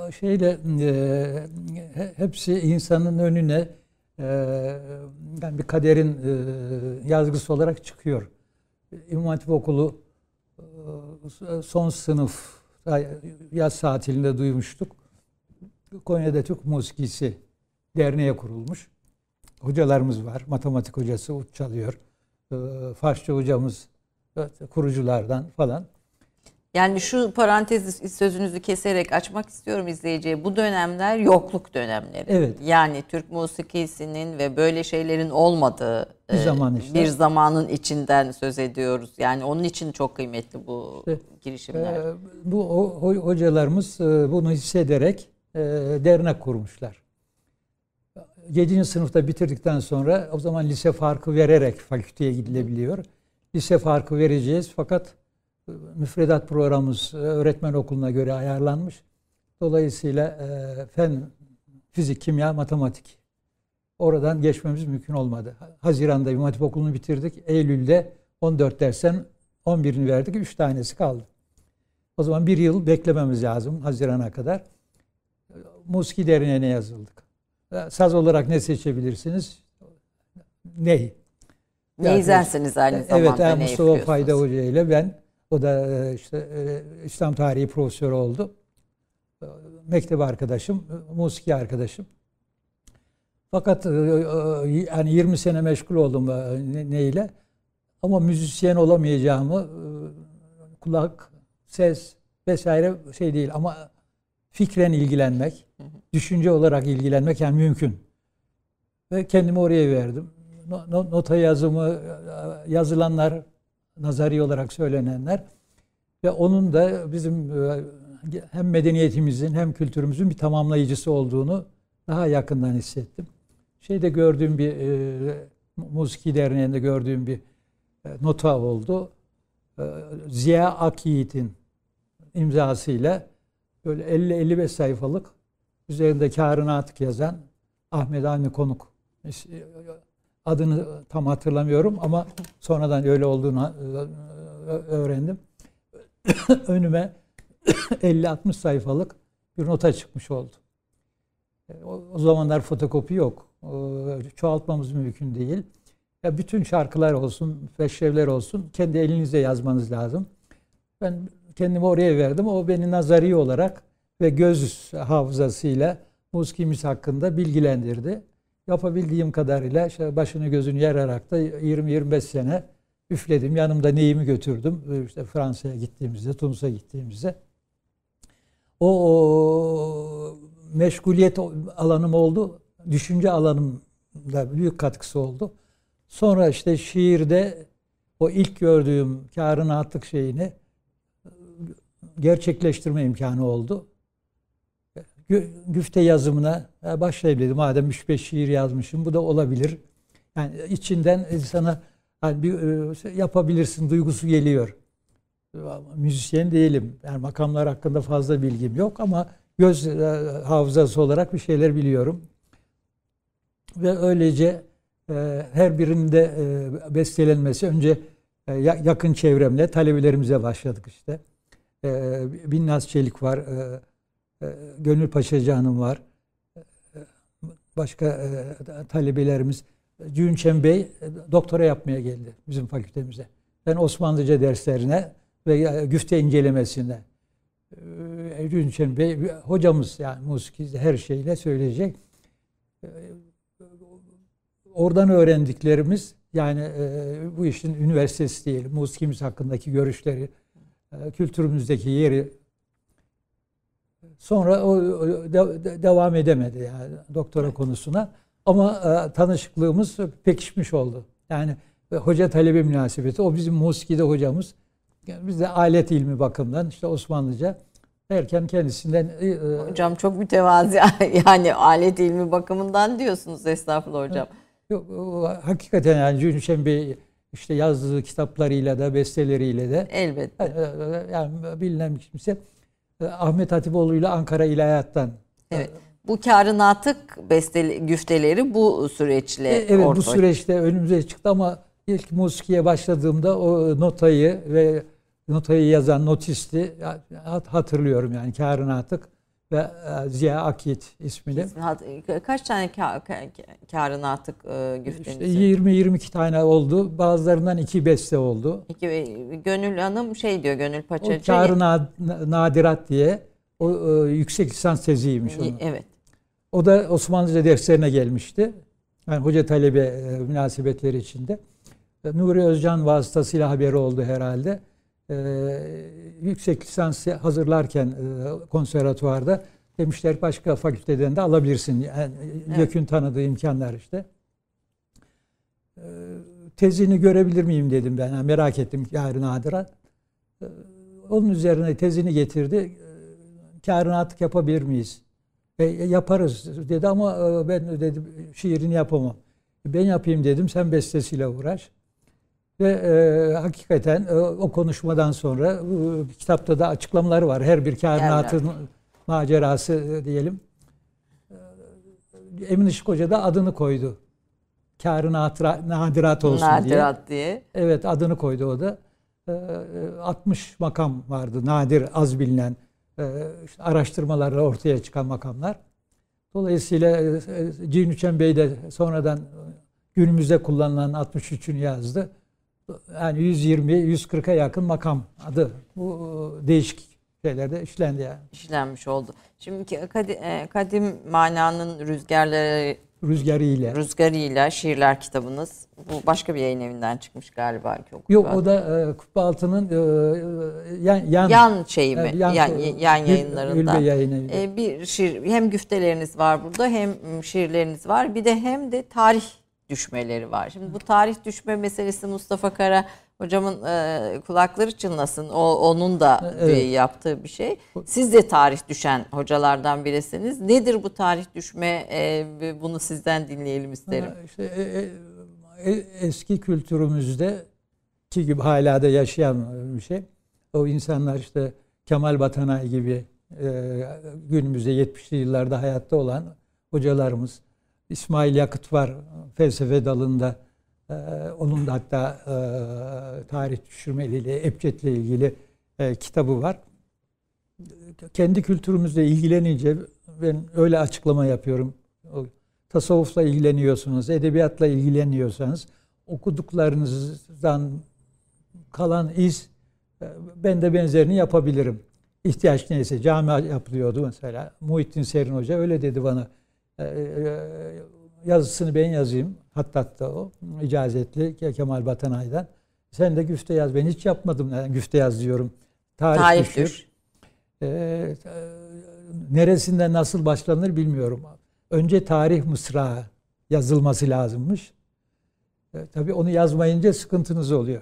Hepsi insanın önüne yani bir kaderin yazgısı olarak çıkıyor. İmam Hatip Okulu son sınıf yaz tatilinde duymuştuk. Konya'da Türk Musikisi Derneği kurulmuş. Hocalarımız var. Matematik hocası ut çalıyor. Farsça hocamız kuruculardan falan. Yani şu parantez sözünüzü keserek açmak istiyorum izleyiciye. Bu dönemler yokluk dönemleri. Evet. Yani Türk musikisinin ve böyle şeylerin olmadığı Bir zaman işte. bir zamanın içinden söz ediyoruz. Yani onun için çok kıymetli bu girişimler. Bu hocalarımız bunu hissederek dernek kurmuşlar. 7. sınıfta bitirdikten sonra o zaman lise farkı vererek fakülteye gidilebiliyor. Lise farkı vereceğiz fakat müfredat programımız öğretmen okuluna göre ayarlanmış. Dolayısıyla fen, fizik, kimya, matematik. Oradan geçmemiz mümkün olmadı. Haziran'da İmam Hatip Okulu'nu bitirdik. Eylül'de 14 dersten 11'ini verdik. 3 tanesi kaldı. O zaman bir yıl beklememiz lazım Haziran'a kadar. Musiki Derneği'ne yazıldık. Saz olarak ne seçebilirsiniz? Ney? Neyzensiniz aynı zamanda. Evet, Mustafa Fayda Hoca ile ben. O da işte İslam tarihi profesörü oldu. Mektep arkadaşım, musiki arkadaşım. Fakat yani 20 sene meşgul oldum neyle. Ama müzisyen olamayacağımı kulak, ses vesaire şey değil ama fikren ilgilenmek, düşünce olarak ilgilenmek yani mümkün. Ve kendimi oraya verdim. Nota yazımı, yazılanlar, nazari olarak söylenenler ve onun da bizim hem medeniyetimizin hem kültürümüzün bir tamamlayıcısı olduğunu daha yakından hissettim. Şeyde gördüğüm bir Musiki Derneği'nde gördüğüm bir nota oldu. Ziya Akyiğit'in imzasıyla böyle 50-55 sayfalık üzerinde Kârı Natık yazan Ahmet Avni Konuk. Adını tam hatırlamıyorum ama sonradan öyle olduğunu öğrendim. Önüme 50-60 sayfalık bir nota çıkmış oldu. O zamanlar fotokopi yok. Çoğaltmamız mümkün değil. Ya bütün şarkılar olsun, feşrevler olsun kendi elinizle yazmanız lazım. Ben kendimi oraya verdim. O beni nazari olarak ve göz hafızasıyla musikimiz hakkında bilgilendirdi. Yapabildiğim kadarıyla işte başını gözünü yararak da 20-25 sene üfledim. Yanımda neyimi götürdüm. İşte Fransa'ya gittiğimizde, Tunus'a gittiğimizde. O meşguliyet alanım oldu. Düşünce alanımda büyük katkısı oldu. Sonra işte şiirde o ilk gördüğüm Kârı Natık şeyini gerçekleştirme imkanı oldu. Güfte yazımına başlayayım dedim. Madem 3-5 şiir yazmışım bu da olabilir. Yani içinden sana hani bir yapabilirsin duygusu geliyor. Müzisyen değilim. Yani makamlar hakkında fazla bilgim yok ama göz hafızası olarak bir şeyler biliyorum. Ve öylece her birinde bestelenmesi önce yakın çevremle talebelerimize başladık işte. Binnaz Çelik var. Gönül Paşacı Hanım var. Başka talebelerimiz. Cünçen Bey doktora yapmaya geldi bizim fakültemize. Ben Osmanlıca derslerine ve güfte incelemesine. Cünçen Bey hocamız yani musiki her şeyle söyleyecek. Oradan öğrendiklerimiz Yani bu işin üniversitesi değil, musikimiz hakkındaki görüşleri, kültürümüzdeki yeri. Sonra o devam edemedi yani doktora konusuna. Ama tanışıklığımız pekişmiş oldu. Yani hoca talebe münasebeti. O bizim musikide hocamız. Yani biz de alet ilmi bakımından işte Osmanlıca derken kendisinden... Hocam çok mütevazi yani alet ilmi bakımından diyorsunuz, estağfurullah hocam. Yok, hakikaten yani Cünüşen Bey işte yazdığı kitaplarıyla da besteleriyle de Elbette. yani bilinen kimse Ahmet Hatipoğlu'yla Ankara İlahiyat'tan. Evet. Bu Kâr-ı Natık güfteleri bu süreçle evet, bu süreçte önümüze çıktı ama ilk musikiye başladığımda o notayı yazan notisti hatırlıyorum yani Kâr-ı Natık ve Ziya Akit ismini. Kaç tane Kâr-ı Natık güfteniz? İşte 20-22 tane oldu. Bazılarından 2 beste oldu. Gönül Hanım diyor, Gönül Paçacı. O Kâr-ı Nadirat diye o yüksek lisans teziymiş onun. Evet. O da Osmanlıca derslerine gelmişti. Yani hoca talebe münasebetleri içinde. Nuri Özcan vasıtasıyla haberi oldu herhalde. Yüksek lisans hazırlarken konservatuvarda demişler başka fakülteden de alabilirsin. Yani YÖK'ün tanıdığı imkanlar işte. Tezini görebilir miyim dedim ben. Yani merak ettim Kâr-ı Nadirat. Onun üzerine tezini getirdi. Kâr-ı Natık yapabilir miyiz? Yaparız dedi ama ben dedim şiirini yapamam. Ben yapayım dedim, sen bestesiyle uğraş. Ve hakikaten o konuşmadan sonra kitapta da açıklamaları var. Her bir Kâr-ı Natık'ın macerası diyelim. Emin Işık Hoca da adını koydu. Kâr-ı Nadirat olsun Nadirat diye. Evet, adını koydu o da. 60 makam vardı, nadir, az bilinen. İşte araştırmalarla ortaya çıkan makamlar. Dolayısıyla Cünüşen Bey de sonradan günümüzde kullanılan 63'ünü yazdı. Yani 120-140'a yakın makam adı. Bu değişik şeylerde işlendi yani. İşlenmiş oldu. Şimdi Kadim Mana'nın Rüzgarı'yla Şiirler kitabınız. Bu başka bir yayın evinden çıkmış galiba. Yok, o da Kubbe Altı'nın yan şeyi mi? Yan yayınlarından. Bir şiir, hem güfteleriniz var burada, hem şiirleriniz var. Bir de hem de tarih düşmeleri var. Şimdi bu tarih düşme meselesi Mustafa Kara hocamın kulakları çınlasın. Onun da yaptığı bir şey. Siz de tarih düşen hocalardan birisiniz. Nedir bu tarih düşme? Bunu sizden dinleyelim isterim. Eski kültürümüzde ki gibi hala da yaşayan bir şey. O insanlar işte Kemal Batanay gibi günümüzde 70'li yıllarda hayatta olan hocalarımız. İsmail Yakıt var felsefe dalında. Onun da hatta tarih düşürmeliyle, Ebced'le ilgili kitabı var. Kendi kültürümüzle ilgilenince ben öyle açıklama yapıyorum. Tasavvufla ilgileniyorsunuz, edebiyatla ilgileniyorsanız okuduklarınızdan kalan iz, ben de benzerini yapabilirim. İhtiyaç neyse, cami yapılıyordu mesela. Muhittin Serin Hoca öyle dedi bana. Yazısını ben yazayım. Hatta o icazetli Kemal Batanay'dan. Sen de güfte yaz. Ben hiç yapmadım. Yani güfte yaz diyorum. Tarih düşür. Neresinde nasıl başlanır bilmiyorum. Önce tarih mısrağı yazılması lazımmış. Tabii onu yazmayınca sıkıntınız oluyor.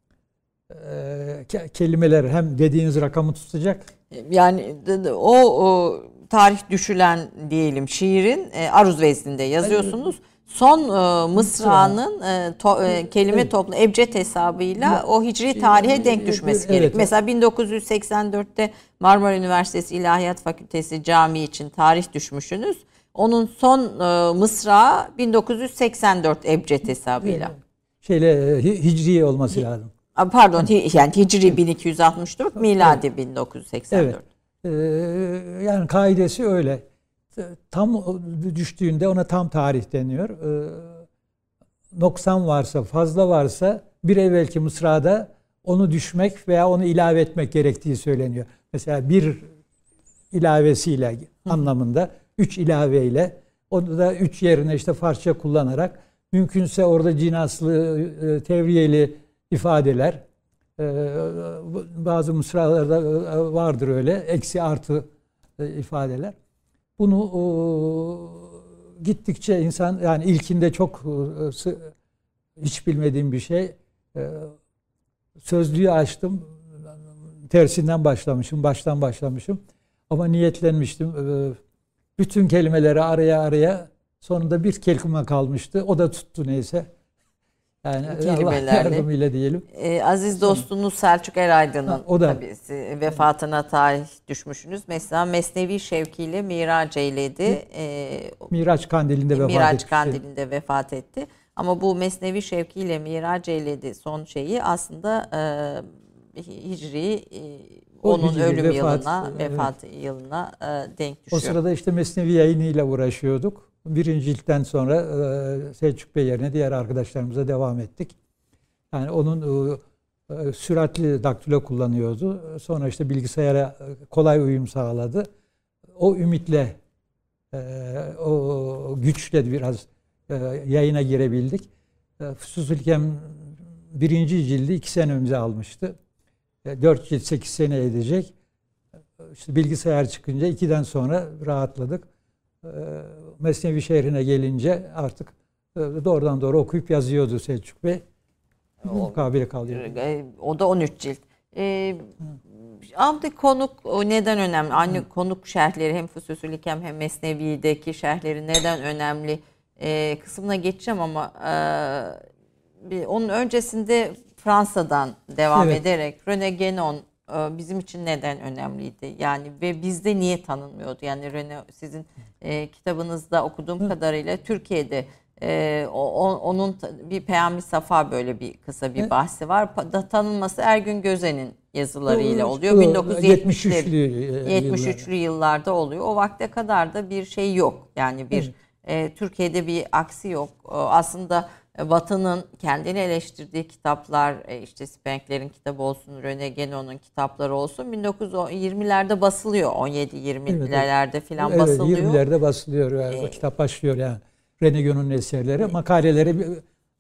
Kelimeler hem dediğiniz rakamı tutacak. Yani o tarih düşülen diyelim şiirin aruz vezninde yazıyorsunuz. Son mısranın kelime toplu ebced hesabıyla o hicri tarihe denk düşmesi gerek. Mesela 1984'te Marmara Üniversitesi İlahiyat Fakültesi Camii için tarih düşmüşsünüz. Onun son mısrağı 1984 ebced hesabıyla. Hicri olması lazım. Pardon, yani hicri 1264, miladi 1984. Evet. Yani kaidesi öyle. Tam düştüğünde ona tam tarih deniyor. Noksan varsa, fazla varsa bir evvelki mısrada onu düşmek veya onu ilave etmek gerektiği söyleniyor. Mesela bir ilavesiyle anlamında, 3 ilaveyle, onu da 3 yerine işte Farsça kullanarak Mümkünse orada cinaslı, tevriyeli ifadeler. Bazı mısralarda vardır öyle. Eksi artı ifadeler. Bunu gittikçe insan, yani ilkinde çok hiç bilmediğim bir şey. Sözlüğü açtım. Tersinden baştan başlamışım. Ama niyetlenmiştim. Bütün kelimeleri araya sonunda bir kelime kalmıştı. O da tuttu neyse. Yani Allah yardımıyla diyelim. Aziz dostunuz Selçuk Eraydın'ın o da tabii vefatına tarih düşmüşsünüz. Mesela Mesnevi şevkiyle Miraç eyledi. Miraç Kandili'nde vefat etti. Miraç Kandili'nde vefat etti. Ama bu Mesnevi şevkiyle Miraç eyledi son şeyi aslında Hicri onun ölüm yılına, vefat yılına denk düşüyor. O sırada işte Mesnevi yayınıyla uğraşıyorduk. Birinci ciltten sonra Selçuk Bey yerine diğer arkadaşlarımıza devam ettik. Yani onun süratli daktilo kullanıyordu. Sonra işte bilgisayara kolay uyum sağladı. O ümitle, o güçle biraz yayına girebildik. Fususül Hikem birinci cildi 2 sene önce almıştı. 4 cilt 8 sene edecek. İşte bilgisayar çıkınca 2'den sonra rahatladık. Mesnevi şehrine gelince artık doğrudan doğru okuyup yazıyordu Selçuk Bey. Mukabele kalıyor. O da 13 cilt. Amdi konuk neden önemli? Aynı konuk şerhleri hem Fususül Hikem hem Mesnevi'deki şerhleri neden önemli kısmına geçeceğim ama onun öncesinde Fransa'dan devam ederek René Guénon bizim için neden önemliydi? Yani ve bizde niye tanınmıyordu? Yani René, sizin kitabınızda okuduğum kadarıyla Türkiye'de onun bir Peyami Safa böyle bir kısa bir bahsi var. Tanınması Ergün Gözen'in yazılarıyla oluyor. 1973'lü yıllarda oluyor. O vakte kadar da bir şey yok. Yani bir Türkiye'de bir aksi yok. Aslında Batı'nın kendini eleştirdiği kitaplar, işte Spenkler'in kitabı olsun, René Guénon'un kitapları olsun 1920'lerde basılıyor. 17-20'lerde falan basılıyor. 20'lerde basılıyor. Yani o kitap başlıyor yani. René Guénon'un eserleri, makaleleri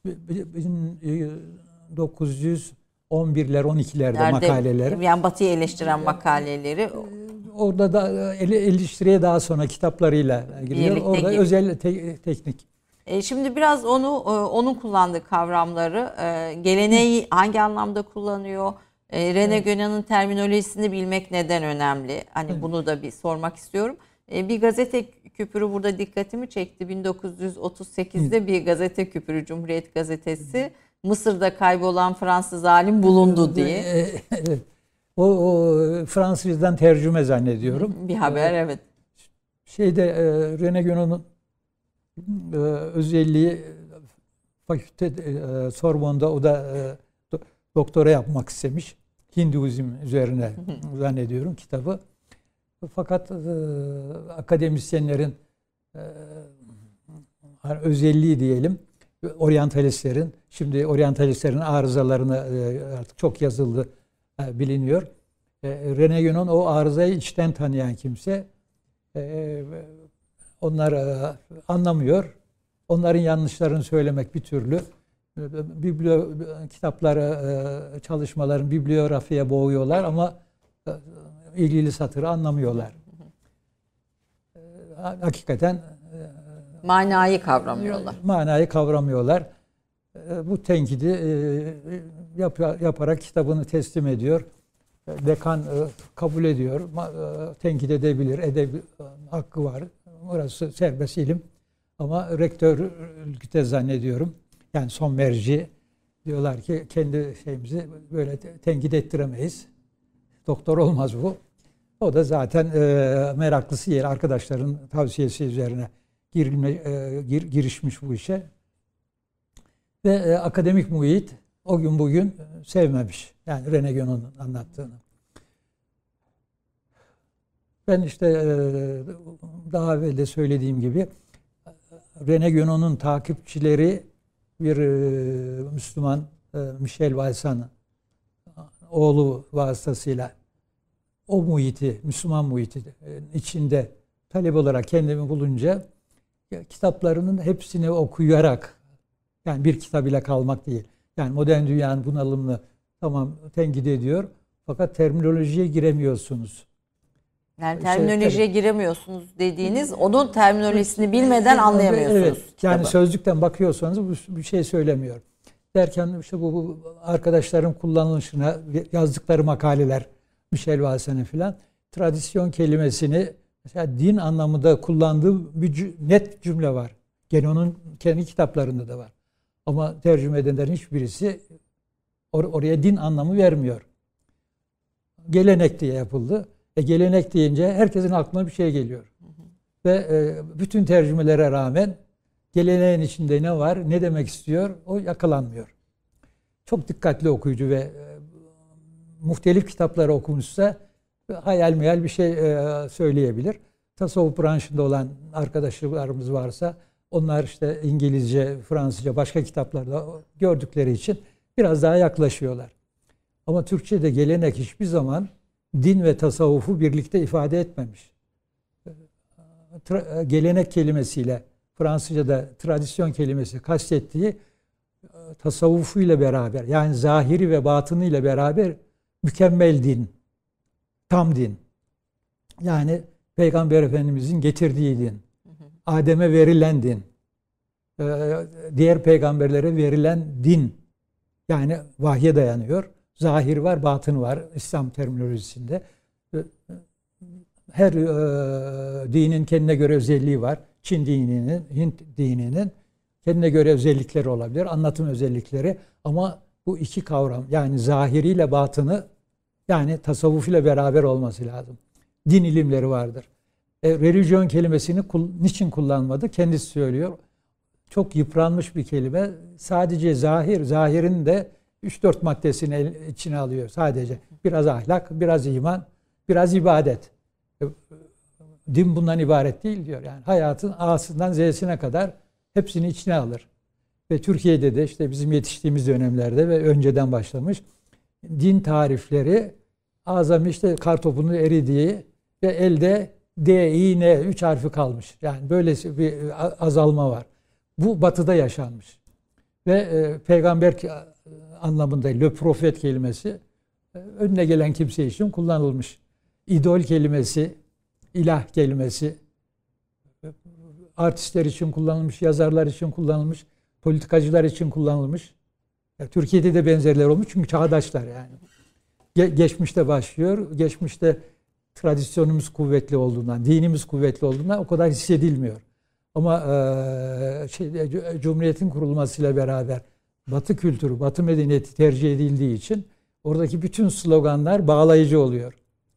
1911'ler, 12'lerde makaleleri. Yani Batı'yı eleştiren makaleleri. Orada da eleştiriye daha sonra kitaplarıyla giriyor. Orada özel teknik. Şimdi biraz onun kullandığı kavramları, geleneği hangi anlamda kullanıyor? René Guénon'un terminolojisini bilmek neden önemli? Hani bunu da bir sormak istiyorum. Bir gazete küpürü burada dikkatimi çekti. 1938'de bir gazete küpürü, Cumhuriyet Gazetesi, Mısır'da kaybolan Fransız alim bulundu diye. Evet. O Fransızcadan tercüme zannediyorum. Bir haber, evet. René Guénon'un özelliği fakülte Sorbonne'da o da doktora yapmak istemiş. Hinduizm üzerine zannediyorum kitabı. Fakat akademisyenlerin özelliği diyelim, oryantalistlerin, şimdi oryantalistlerin arızalarını artık çok yazıldı, biliniyor. René Guénon o arızayı içten tanıyan kimse. Onlar anlamıyor. Onların yanlışlarını söylemek bir türlü. Kitapları, çalışmaların bibliografiye boğuyorlar ama ilgili satırı anlamıyorlar. Hakikaten manayı kavramıyorlar. Manayı kavramıyorlar. Bu tenkidi yaparak kitabını teslim ediyor. Dekan kabul ediyor. Tenkit edebilir. Hakkı var. Orası serbest ilim. Ama rektörlükte zannediyorum. Yani son merci diyorlar ki kendi şeyimizi böyle tenkit ettiremeyiz. Doktor olmaz bu. O da zaten meraklısı yer. Arkadaşların tavsiyesi üzerine girişmiş bu işe. Ve akademik muhit o gün bugün sevmemiş. Yani René Guénon'un anlattığını. Ben işte daha evvel de söylediğim gibi René Guénon'un takipçileri bir Müslüman Michel Valsan oğlu vasıtasıyla o muhiti, Müslüman muhiti içinde talep olarak kendimi bulunca kitaplarının hepsini okuyarak Yani bir kitap ile kalmak değil. Yani modern dünyanın bunalımını tamam tenkit ediyor. Fakat terminolojiye giremiyorsunuz. Yani terminolojiye giremiyorsunuz dediğiniz, onun terminolojisini bilmeden anlayamıyorsunuz. Evet. Yani kitabı. sözlükten bakıyorsanız bu bir şey söylemiyor. Derken işte bu arkadaşların kullanılışına yazdıkları makaleler, Michel Valsene filan, tradisyon kelimesini mesela din anlamında kullandığı bir net cümle var. Gene onun kendi kitaplarında da var. Ama tercüme edenlerin hiçbirisi oraya din anlamı vermiyor. Gelenek diye yapıldı. Gelenek deyince herkesin aklına bir şey geliyor. Ve bütün tercümelere rağmen geleneğin içinde ne var, ne demek istiyor, o yakalanmıyor. Çok dikkatli okuyucu ve muhtelif kitapları okumuşsa hayal meyal bir şey söyleyebilir. Tasavvuf branşında olan arkadaşlarımız varsa onlar işte İngilizce, Fransızca, başka kitaplarda gördükleri için biraz daha yaklaşıyorlar. Ama Türkçe'de gelenek hiçbir zaman din ve tasavvufu birlikte ifade etmemiş. Gelenek kelimesiyle Fransızca'da tradisyon kelimesi kastettiği tasavvufuyla beraber, yani zahiri ve batını ile beraber mükemmel din, tam din. Yani Peygamber Efendimizin getirdiği din, Adem'e verilen din, diğer peygamberlere verilen din, yani vahye dayanıyor. Zahir var, batın var İslam terminolojisinde. Her dinin kendine göre özelliği var. Çin dininin, Hint dininin kendine göre özellikleri olabilir, anlatım özellikleri. Ama bu iki kavram, yani zahiriyle batını, yani tasavvuf ile beraber olması lazım. Din ilimleri vardır. Religion kelimesini niçin kullanmadı? Kendisi söylüyor. Çok yıpranmış bir kelime. Sadece zahirin de 3-4 maddesini içine alıyor sadece. Biraz ahlak, biraz iman, biraz ibadet. Din bundan ibaret değil diyor. Yani hayatın A'sından Z'sine kadar hepsini içine alır. Ve Türkiye'de de işte bizim yetiştiğimiz dönemlerde ve önceden başlamış din tarifleri azami işte kartopunun eridiği ve elde D, I, N 3 harfi kalmış. Yani böyle bir azalma var. Bu Batı'da yaşanmış. Ve peygamber anlamında le profet kelimesi önüne gelen kimse için kullanılmış. İdol kelimesi, ilah kelimesi artistler için kullanılmış, yazarlar için kullanılmış, politikacılar için kullanılmış. Türkiye'de de benzerler olmuş çünkü çağdaşlar yani. Geçmişte başlıyor. Geçmişte tradisyonumuz kuvvetli olduğundan, dinimiz kuvvetli olduğundan o kadar hissedilmiyor. Ama Cumhuriyet'in kurulmasıyla beraber Batı kültürü, Batı medeniyeti tercih edildiği için oradaki bütün sloganlar bağlayıcı oluyor.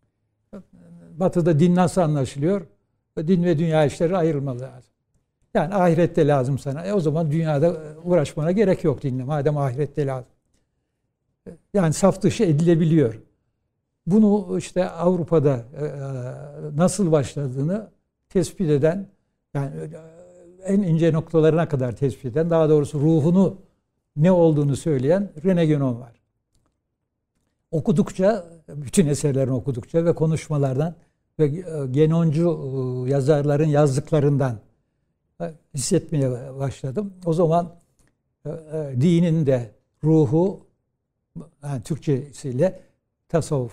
Batı'da din nasıl anlaşılıyor? Din ve dünya işleri ayrılmalı lazım. Yani ahirette lazım sana. O zaman dünyada uğraşmana gerek yok dinle. Madem ahirette lazım. Yani saf dışı edilebiliyor. Bunu işte Avrupa'da nasıl başladığını tespit eden, yani en ince noktalarına kadar tespit eden, daha doğrusu ruhunu ne olduğunu söyleyen René Guénon var. Okudukça, bütün eserlerini okudukça ve konuşmalardan ve Guénoncu yazarların yazdıklarından hissetmeye başladım. O zaman dinin de ruhu, yani Türkçesiyle tasavvuf.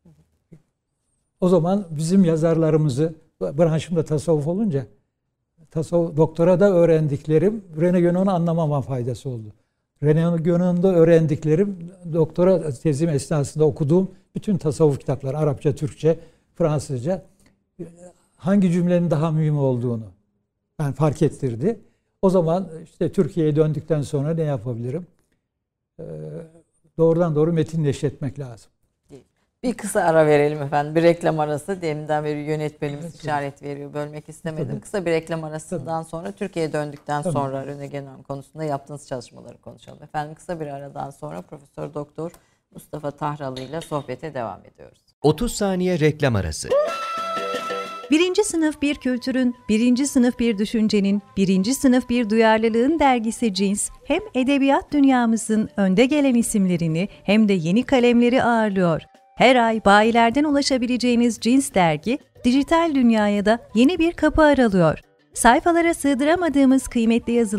O zaman bizim yazarlarımızı, branşımda tasavvuf olunca, tasavvuf doktorada öğrendiklerim René Guénon'u anlamama faydası oldu. René Guénon'da öğrendiklerim doktora tezim esnasında okuduğum bütün tasavvuf kitapları, Arapça, Türkçe, Fransızca, hangi cümlenin daha mühim olduğunu yani fark ettirdi. O zaman işte Türkiye'ye döndükten sonra ne yapabilirim? Doğrudan doğru metin neşretmek lazım. Bir kısa ara verelim efendim. Bir reklam arası. Deminden beri yönetmenimiz işaret veriyor. Bölmek istemedim. Tabii. Kısa bir reklam arasından sonra Türkiye'ye döndükten sonra René Guénon konusunda yaptığınız çalışmaları konuşalım. Efendim kısa bir aradan sonra Profesör Doktor Mustafa Tahralı ile sohbete devam ediyoruz. 30 saniye reklam arası. Birinci sınıf bir kültürün, birinci sınıf bir düşüncenin, birinci sınıf bir duyarlılığın dergisi Cins, hem edebiyat dünyamızın önde gelen isimlerini hem de yeni kalemleri ağırlıyor. Her ay bayilerden ulaşabileceğiniz Cins dergi, dijital dünyaya da yeni bir kapı aralıyor. Sayfalara sığdıramadığımız kıymetli yazılar,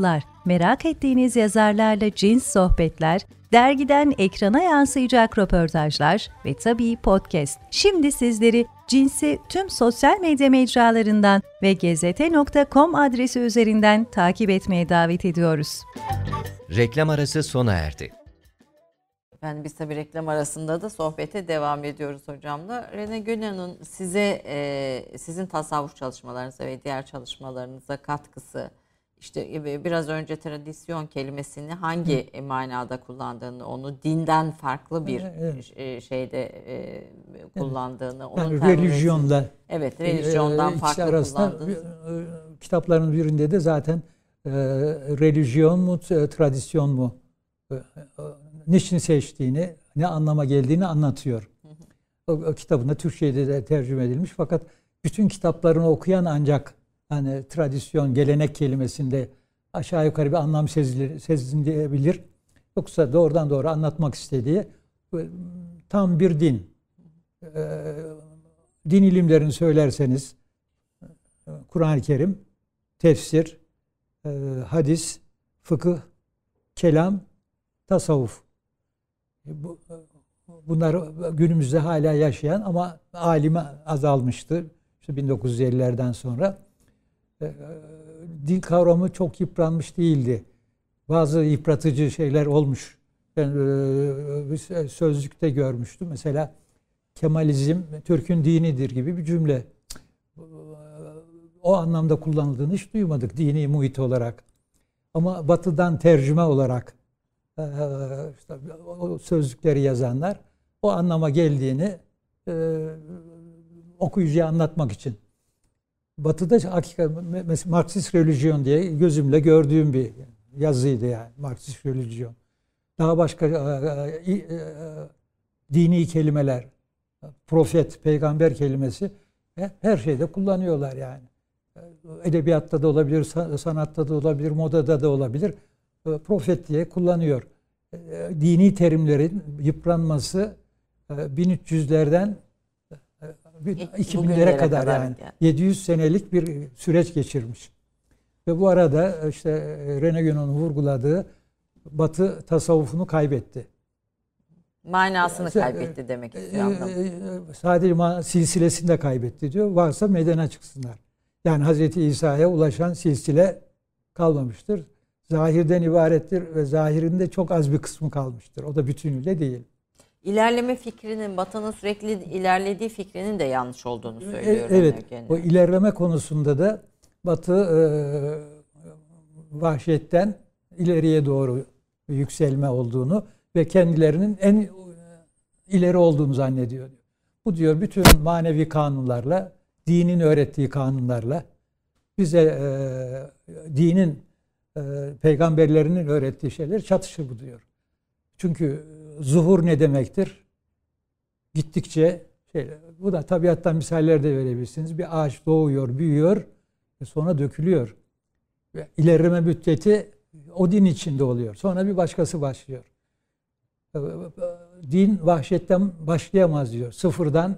merak ettiğiniz yazarlarla cins sohbetler, dergiden ekrana yansıyacak röportajlar ve tabii podcast. Şimdi sizleri Cins'i tüm sosyal medya mecralarından ve gezete.com adresi üzerinden takip etmeye davet ediyoruz. Reklam arası sona erdi. Ben biz tabii reklam arasında da sohbete devam ediyoruz hocamla. Rene Günan'ın sizin tasavvuf çalışmalarınıza ve diğer çalışmalarınıza katkısı, işte biraz önce tradisyon kelimesini hangi manada kullandığını, onu dinden farklı bir şeyde kullandığını, onun yani religyonla, evet, religyondan farklı kullandığını. Kitapların birinde de zaten religyon mu, tradisyon mu, niçin seçtiğini, ne anlama geldiğini anlatıyor. O kitabında Türkçe'de de tercüme edilmiş, fakat bütün kitaplarını okuyan ancak hani tradisyon, gelenek kelimesinde aşağı yukarı bir anlam sezilebilir. Yoksa doğrudan doğru anlatmak istediği tam bir din. Din ilimlerini söylerseniz Kur'an-ı Kerim, tefsir, hadis, fıkıh, kelam, tasavvuf. Bunlar günümüzde hala yaşayan ama alimi azalmıştı. İşte 1950'lerden sonra. Din kavramı çok yıpranmış değildi. Bazı yıpratıcı şeyler olmuş. Ben sözlükte görmüştüm. Mesela Kemalizm Türk'ün dinidir gibi bir cümle. O anlamda kullanıldığını hiç duymadık dini muhit olarak. Ama Batı'dan tercüme olarak işte o sözlükleri yazanlar o anlama geldiğini okuyucuya anlatmak için. Batı'da hakikaten Marksist Religion diye gözümle gördüğüm bir yazıydı yani. Marksist Religion. Daha başka dini kelimeler, profet, peygamber kelimesi her şeyde kullanıyorlar yani. Edebiyatta da olabilir, sanatta da olabilir, modada da olabilir. Profet diye kullanıyor. Dini terimlerin yıpranması 1300'lerden 2000'lere kadar yani 700 senelik bir süreç geçirmiş. Ve bu arada işte Rene Günan'ın vurguladığı Batı tasavvufunu kaybetti. Manasını kaybetti demek istiyor. Sadece silsilesini de kaybetti diyor. Varsa meydana çıksınlar. Yani Hz. İsa'ya ulaşan silsile kalmamıştır. Zahirden ibarettir ve zahirinde çok az bir kısmı kalmıştır. O da bütünüyle değil. İlerleme fikrinin, Batı'nın sürekli ilerlediği fikrinin de yanlış olduğunu söylüyor. Evet, o ilerleme konusunda da Batı vahşetten ileriye doğru yükselme olduğunu ve kendilerinin en ileri olduğunu zannediyor. Bu diyor bütün manevi kanunlarla, dinin öğrettiği kanunlarla, bize dinin, peygamberlerinin öğrettiği şeyler çatışır bu diyor. Çünkü zuhur ne demektir? Gittikçe bu da tabiattan misaller de verebilirsiniz. Bir ağaç doğuyor, büyüyor ve sonra dökülüyor. Ve ilerleme müddeti o din içinde oluyor. Sonra bir başkası başlıyor. Din vahşetten başlayamaz diyor. Sıfırdan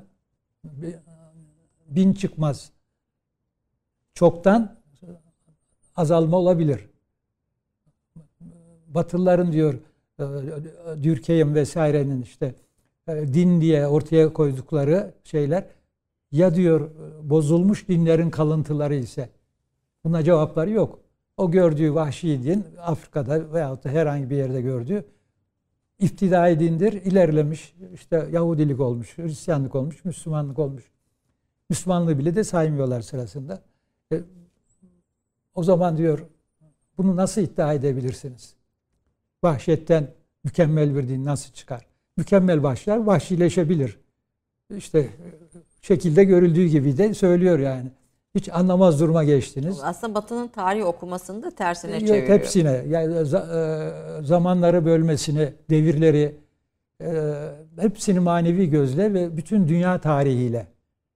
1000 çıkmaz. Çoktan azalma olabilir. Batılıların diyor Durkheim vesairenin işte din diye ortaya koydukları şeyler ya diyor bozulmuş dinlerin kalıntıları ise buna cevapları yok. O gördüğü vahşi din Afrika'da veyahut da herhangi bir yerde gördüğü iftidai dindir, ilerlemiş. İşte Yahudilik olmuş, Hristiyanlık olmuş, Müslümanlık olmuş. Müslümanlığı bile de saymıyorlar sırasında. O zaman diyor bunu nasıl iddia edebilirsiniz? Vahşetten mükemmel bir din nasıl çıkar? Mükemmel başlar, vahşileşebilir. İşte şekilde görüldüğü gibi de söylüyor yani. Hiç anlamaz duruma geçtiniz. Aslında Batı'nın tarih okumasını da tersine çeviriyor. Hepsine, yani zamanları bölmesini, devirleri, hepsini manevi gözle ve bütün dünya tarihiyle,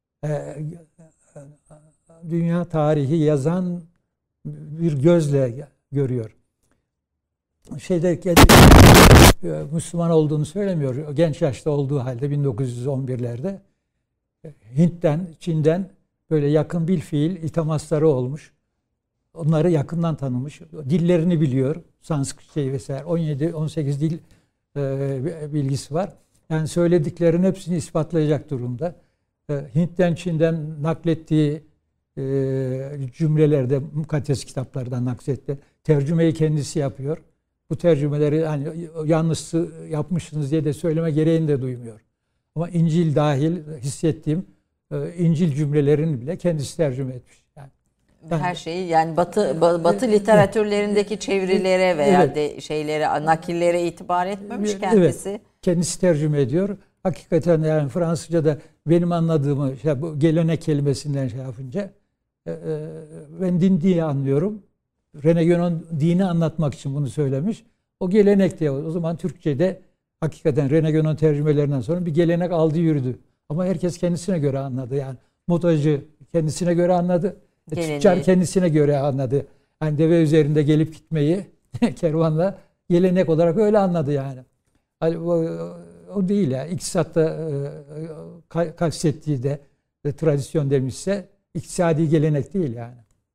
dünya tarihi yazan bir gözle görüyor. Müslüman olduğunu söylemiyor. Genç yaşta olduğu halde 1911'lerde Hint'ten, Çin'den böyle yakın bilfiil itamasları olmuş. onları yakından tanımış. Dillerini biliyor. Sanskritçe vesaire. 17-18 dil bilgisi var. Yani söylediklerinin hepsini ispatlayacak durumda. Hint'ten, Çin'den naklettiği cümlelerde mukaddes kitaplardan nakletti. Tercümeyi kendisi yapıyor. Bu tercümeleri hani yanlış yapmışsınız diye de söyleme gereğini de duymuyor. Ama İncil dahil hissettiğim İncil cümlelerini bile kendisi tercüme etmiş. Yani her şeyi yani Batı literatürlerindeki çevirilere veya de şeylere, nakillere itibar etmemiş kendisi. Evet, kendisi tercüme ediyor. Hakikaten yani Fransızca'da benim anladığımı bu gelenek kelimesinden yapınca ben din diye anlıyorum. René Guénon dini anlatmak için bunu söylemiş. O gelenek diye. O zaman Türkçe'de hakikaten René Guénon tercümelerinden sonra bir gelenek aldı yürüdü. Ama herkes kendisine göre anladı. Yani modacı kendisine göre anladı. Tüccar kendisine göre anladı. Yani deve üzerinde gelip gitmeyi kervanla gelenek olarak öyle anladı yani. O değil ya. İktisatta kastettiği de tradisyon demişse iktisadi gelenek değil yani.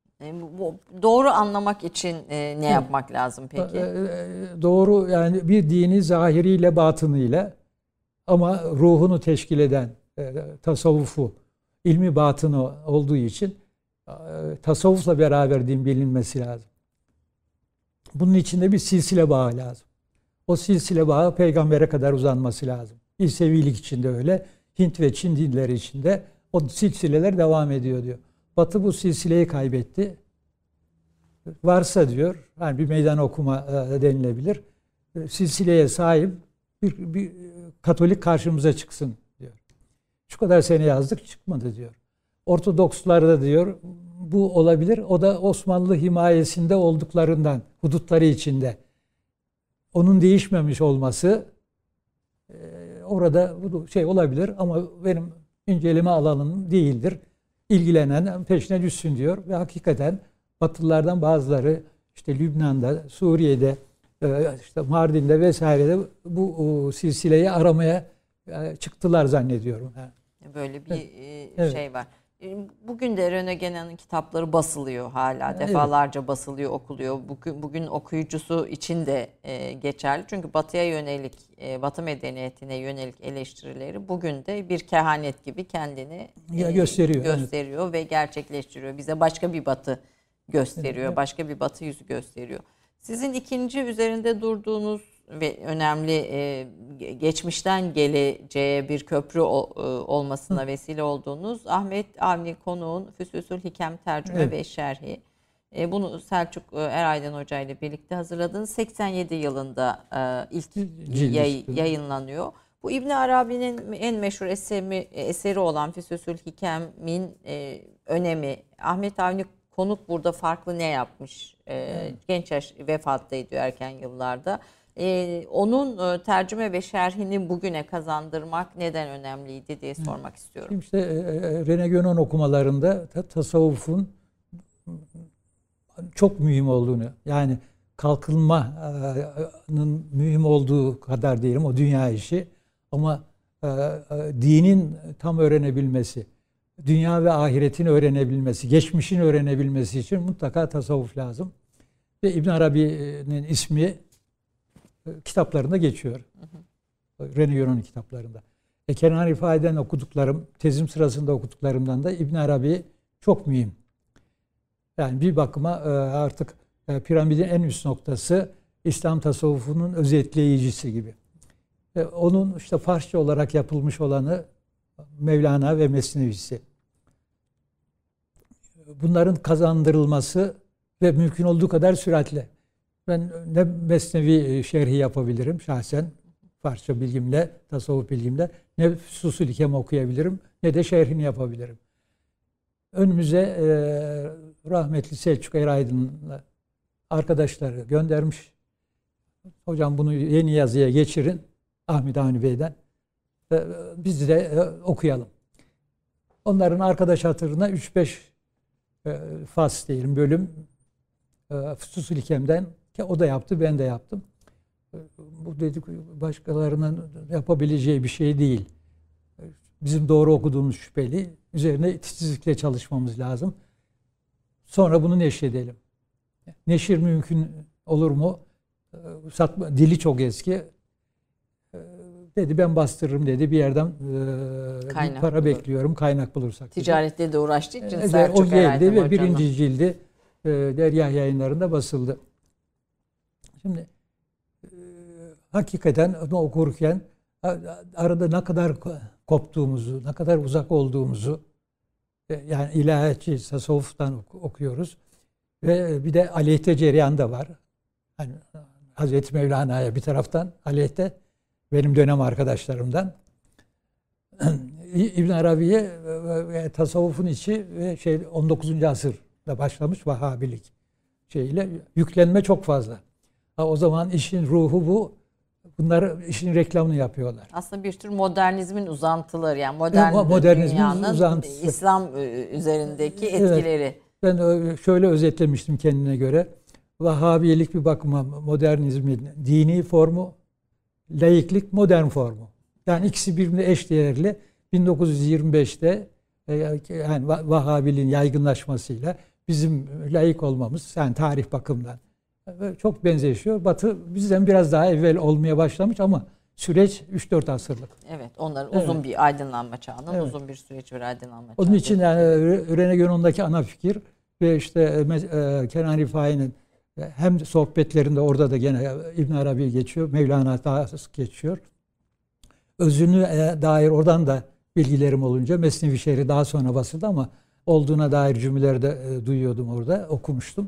Doğru anlamak için ne yapmak lazım peki? Doğru yani bir dini zahiriyle batınıyla ama ruhunu teşkil eden tasavvufu, ilmi batını olduğu için tasavvufla beraber din bilinmesi lazım. Bunun içinde bir silsile bağı lazım. O silsile bağı peygambere kadar uzanması lazım. İsevilik içinde öyle, Hint ve Çin dinleri içinde o silsileler devam ediyor diyor. Batı bu silsileyi kaybetti. Varsa diyor, yani bir meydan okuma denilebilir. Silsileye sahip bir Katolik karşımıza çıksın diyor. Şu kadar sene yazdık çıkmadı diyor. Ortodokslarda diyor bu olabilir. O da Osmanlı himayesinde olduklarından, hudutları içinde. Onun değişmemiş olması orada şey olabilir ama benim inceleme alanım değildir. İlgilenen peşine düşsün diyor ve hakikaten Batılılardan bazıları işte Lübnan'da, Suriye'de, işte Mardin'de vesairede bu silsileyi aramaya çıktılar zannediyorum. Böyle bir şey var. Bugün de René Guénon'un kitapları basılıyor hala. Defalarca basılıyor, okuluyor. Bugün okuyucusu için de geçerli. Çünkü Batı'ya yönelik, Batı medeniyetine yönelik eleştirileri bugün de bir kehanet gibi kendini gösteriyor ve gerçekleştiriyor. Bize başka bir Batı gösteriyor. Evet. Başka bir Batı yüzü gösteriyor. Sizin ikinci üzerinde durduğunuz ve önemli geçmişten geleceğe bir köprü olmasına vesile olduğunuz Ahmet Avni Konuk'un Füsusül Hikem tercüme ve şerhi. Bunu Selçuk Eraydın Hoca ile birlikte hazırladığınız 87 yılında ilk yayınlanıyor. Bu İbn Arabi'nin en meşhur eseri olan Füsusül Hikem'in önemi, Ahmet Avni Konuk burada farklı ne yapmış? Genç yaş vefat ediyor erken yıllarda. Onun tercüme ve şerhini bugüne kazandırmak neden önemliydi diye sormak istiyorum. Şimdi işte René Guénon okumalarında tasavvufun çok mühim olduğunu, yani kalkınmanın mühim olduğu kadar diyelim o dünya işi ama dinin tam öğrenebilmesi, dünya ve ahiretin öğrenebilmesi, geçmişin öğrenebilmesi için mutlaka tasavvuf lazım. Ve İbn Arabi'nin ismi kitaplarında geçiyor. René Guénon'un kitaplarında. Kenan Rifai'den okuduklarım, tezim sırasında okuduklarımdan da İbn Arabi çok mühim. Yani bir bakıma artık piramidin en üst noktası İslam tasavvufunun özetleyicisi gibi. Onun işte Farsça olarak yapılmış olanı Mevlana ve Mesnevisi. Bunların kazandırılması ve mümkün olduğu kadar süratle. Ben ne Mesnevi şerhi yapabilirim şahsen Farsça bilgimle, tasavvuf bilgimle, ne Füsusül Hikem okuyabilirim ne de şerhini yapabilirim. Önümüze rahmetli Selçuk Eraydın'la arkadaşları göndermiş. Hocam bunu yeni yazıya geçirin Ahmet Avni Bey'den. Biz de okuyalım. Onların arkadaş hatırına 3-5 fas diyelim bölüm Füsusül Hikem'den ki o da yaptı, ben de yaptım. Bu dedik başkalarının yapabileceği bir şey değil. Bizim doğru okuduğumuz şüpheli. Üzerine titizlikle çalışmamız lazım. Sonra bunu neşredelim. Neşir mümkün olur mu? Satma, dili çok eski. Dedi ben bastırırım dedi. Bir yerden bir para bulur. Bekliyorum. Kaynak bulursak. Ticaretle de uğraştığı için O Selçuk Eray'dan geldi ve hocanın. birinci cildi Derya Yayınları'nda basıldı. Şimdi hakikaten onu okurken arada ne kadar koptuğumuzu, ne kadar uzak olduğumuzu, yani ilahiyatçı, tasavvuftan okuyoruz. Ve bir de aleyhte cereyan da var. Hani Hazreti Mevlana'ya bir taraftan aleyhte, benim dönem arkadaşlarımdan. İbn Arabi'ye tasavvufun içi ve 19. asırda başlamış Vahhabilik şeyle yüklenme çok fazla. O zaman işin ruhu bu. Bunlar işin reklamını yapıyorlar. Aslında bir tür modernizmin uzantıları, yani modern modernizmin dünyanın uzantısı. İslam üzerindeki Evet. etkileri. Ben şöyle özetlemiştim kendine göre. Vahhabilik bir bakıma modernizmin dini formu, laiklik modern formu. Yani ikisi birbirine eşdeğerli. 1925'te yani Vahhabiliğin yaygınlaşmasıyla bizim laik olmamız, yani tarih bakımından çok benzeşiyor. Batı bizden biraz daha evvel olmaya başlamış ama süreç 3-4 asırlık. Evet, onların uzun bir aydınlanma çağının, uzun bir süreç var aydınlanma çağı. Onun için yani Rene Guénon'daki ana fikir ve işte Kenan Rifai'nin hem sohbetlerinde, orada da gene İbn Arabi geçiyor, Mevlana daha sık geçiyor. Özünü dair oradan da bilgilerim olunca Mesnevi Şer'i daha sonra basıldı ama olduğuna dair cümleleri de duyuyordum orada, okumuştum.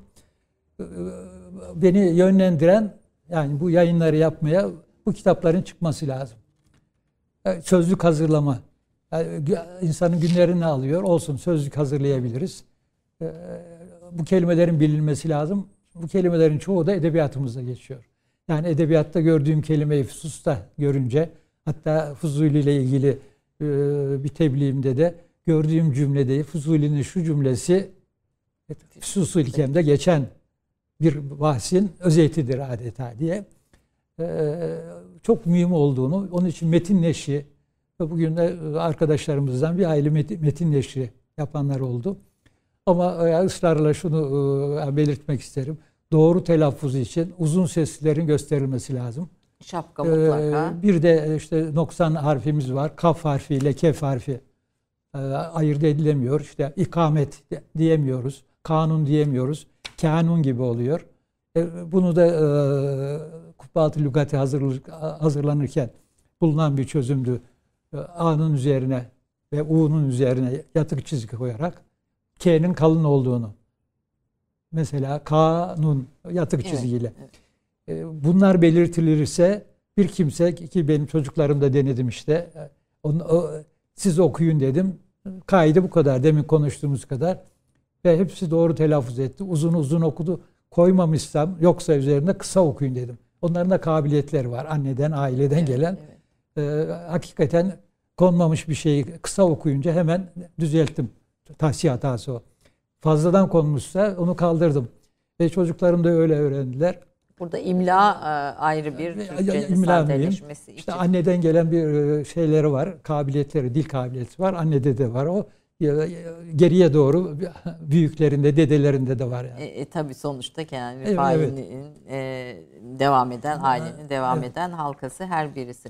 Beni yönlendiren, yani bu yayınları yapmaya bu kitapların çıkması lazım. Sözlük hazırlama. Yani insanın günlerini alıyor. Olsun, sözlük hazırlayabiliriz. Bu kelimelerin bilinmesi lazım. Bu kelimelerin çoğu da edebiyatımızda geçiyor. Yani edebiyatta gördüğüm kelimeyi Fusus'ta görünce, hatta Fuzuli ile ilgili bir tebliğimde de gördüğüm cümlede Fuzuli'nin şu cümlesi Fusus-ül Hikem'de geçen bir bahsin özetidir adeta diye çok mühim olduğunu, onun için metin neşri ve bugün de arkadaşlarımızdan bir aile metin neşri yapanlar oldu. Ama ısrarla şunu belirtmek isterim. Doğru telaffuz için uzun seslerin gösterilmesi lazım. Şapka mutlaka. Bir de işte noksan harfimiz var. Kaf harfi ile kef harfi ayırt edilemiyor. İşte ikamet diyemiyoruz. Kanun diyemiyoruz. Kanun gibi oluyor. Bunu da Kubbat-ı Lügati hazırlanırken bulunan bir çözümdü. A'nın üzerine ve U'nun üzerine yatık çizgi koyarak K'nin kalın olduğunu. Mesela K'nun yatık çizgiyle. Evet. Bunlar belirtilirse bir kimse, ki benim çocuklarım da denedim işte, siz okuyun dedim. Kaydı bu kadar, demin konuştuğumuz kadar. Ve hepsi doğru telaffuz etti. Uzun uzun okudu. Koymamışsam, yoksa üzerinde kısa okuyun dedim. Onların da kabiliyetleri var. Anneden, aileden gelen. Evet. Hakikaten konmamış bir şeyi kısa okuyunca hemen düzelttim. Tahsiye hatası o. Fazladan konmuşsa onu kaldırdım. Ve çocuklarım da öyle öğrendiler. Burada imla ayrı bir Türkçenin sadeleşmesi için. İşte anneden gelen bir şeyleri var. Kabiliyetleri, dil kabiliyeti var. Annede de var o. Geriye doğru büyüklerinde, dedelerinde de var yani. Tabii sonuçta Kenan Rifai'nin devam eden, ailenin devam eden halkası her birisi.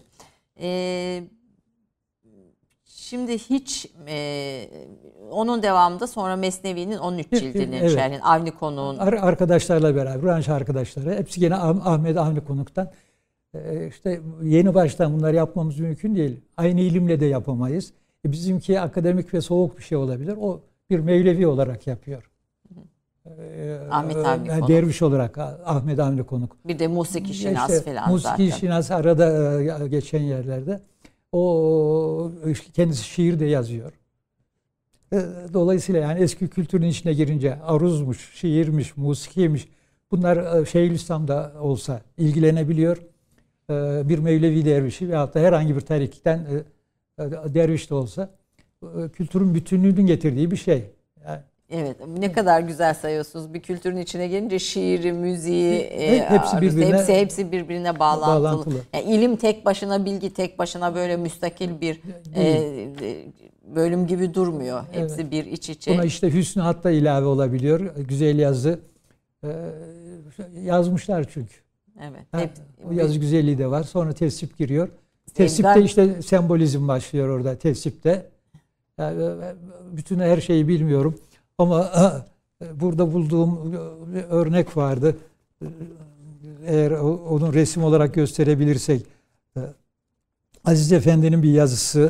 Şimdi hiç onun devamında sonra Mesnevi'nin 13 cildinin şerhin, Avni Konuk'un. Arkadaşlarla beraber, branş arkadaşları, hepsi gene Ahmet Avni Konuk'tan. İşte yeni baştan bunları yapmamız mümkün değil. Aynı ilimle de yapamayız. Bizimki akademik ve soğuk bir şey olabilir. O bir Mevlevi olarak yapıyor. Ahmet Avni Konuk. Derviş olarak Ahmet Avni Konuk. Bir de musiki şinas falan musiki zaten. Şinas arada geçen yerlerde. O kendisi şiir de yazıyor. Dolayısıyla yani eski kültürün içine girince aruzmuş, şiirmiş, musikiymiş, bunlar Şeyhülislam'da olsa ilgilenebiliyor. Bir Mevlevi dervişi veyahut da herhangi bir tarikten derviş de olsa kültürün bütünlüğünün getirdiği bir şey. Yani, evet, ne kadar güzel sayıyorsunuz. Bir kültürün içine gelince şiiri, müziği, hepsi birbirine bağlantılı. Yani ilim tek başına, bilgi tek başına böyle müstakil bir bölüm gibi durmuyor. Hepsi bir iç içe. Buna işte hüsnü hatta ilave olabiliyor. Güzel yazı, yazmışlar çünkü. Evet. O yazı güzelliği de var. Sonra tesip giriyor. Tesipte işte sembolizm başlıyor orada. Tesipte. Yani bütün her şeyi bilmiyorum. Ama burada bulduğum bir örnek vardı. Eğer onun resim olarak gösterebilirsek. Aziz Efendi'nin bir yazısı.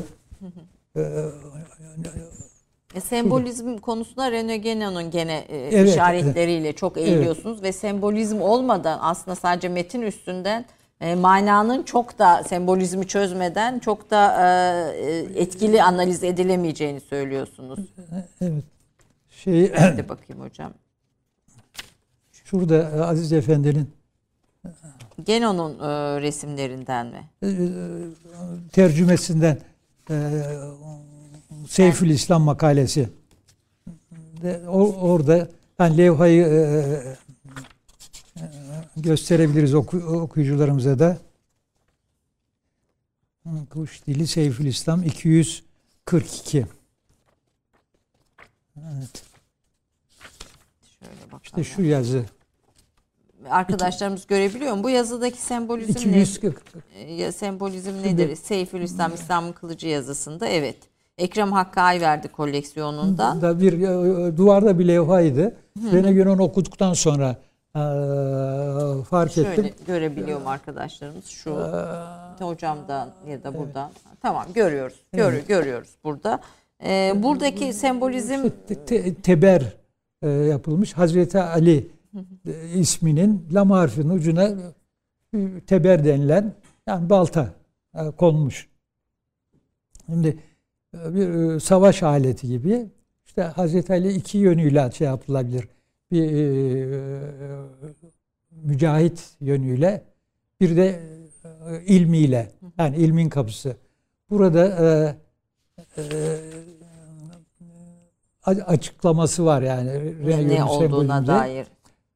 Sembolizm konusunda René Guénon'un gene işaretleriyle çok eğiliyorsunuz ve sembolizm olmadan aslında sadece metin üstünden mananın çok da sembolizmi çözmeden çok da etkili analiz edilemeyeceğini söylüyorsunuz. Evet. Hadi bakayım hocam. Şurada Aziz Efendi'nin Guénon'un resimlerinden mi? Tercümesinden Seyfülislam makalesi. Orada yani levhayı gösterebiliriz okuyucularımıza da. Kuş dili Seyfülislam 242. Evet. Şöyle bakalım. İşte şu yazı. Arkadaşlarımız görebiliyor mu? Bu yazıdaki sembolizm 240. Sembolizm nedir? Seyfülislam İslam'ın Kılıcı yazısında evet. Ekrem Hakkı Ayverdi koleksiyonundan. Da bir duvarda bir levhaydı. René Guénon okuduktan sonra fark Şöyle ettim. görebiliyor mu arkadaşlarımız? Şu hocamdan ya da buradan. Tamam görüyoruz. Görüyoruz burada. Buradaki sembolizm Teber yapılmış. Hazreti Ali isminin lam harfinin ucuna teber denilen yani balta konmuş. Şimdi bir savaş aleti gibi işte Hazreti Ali iki yönüyle şey yapılabilir. Bir mücahit yönüyle bir de ilmiyle yani ilmin kapısı. Burada açıklaması var yani. Ne olduğuna dair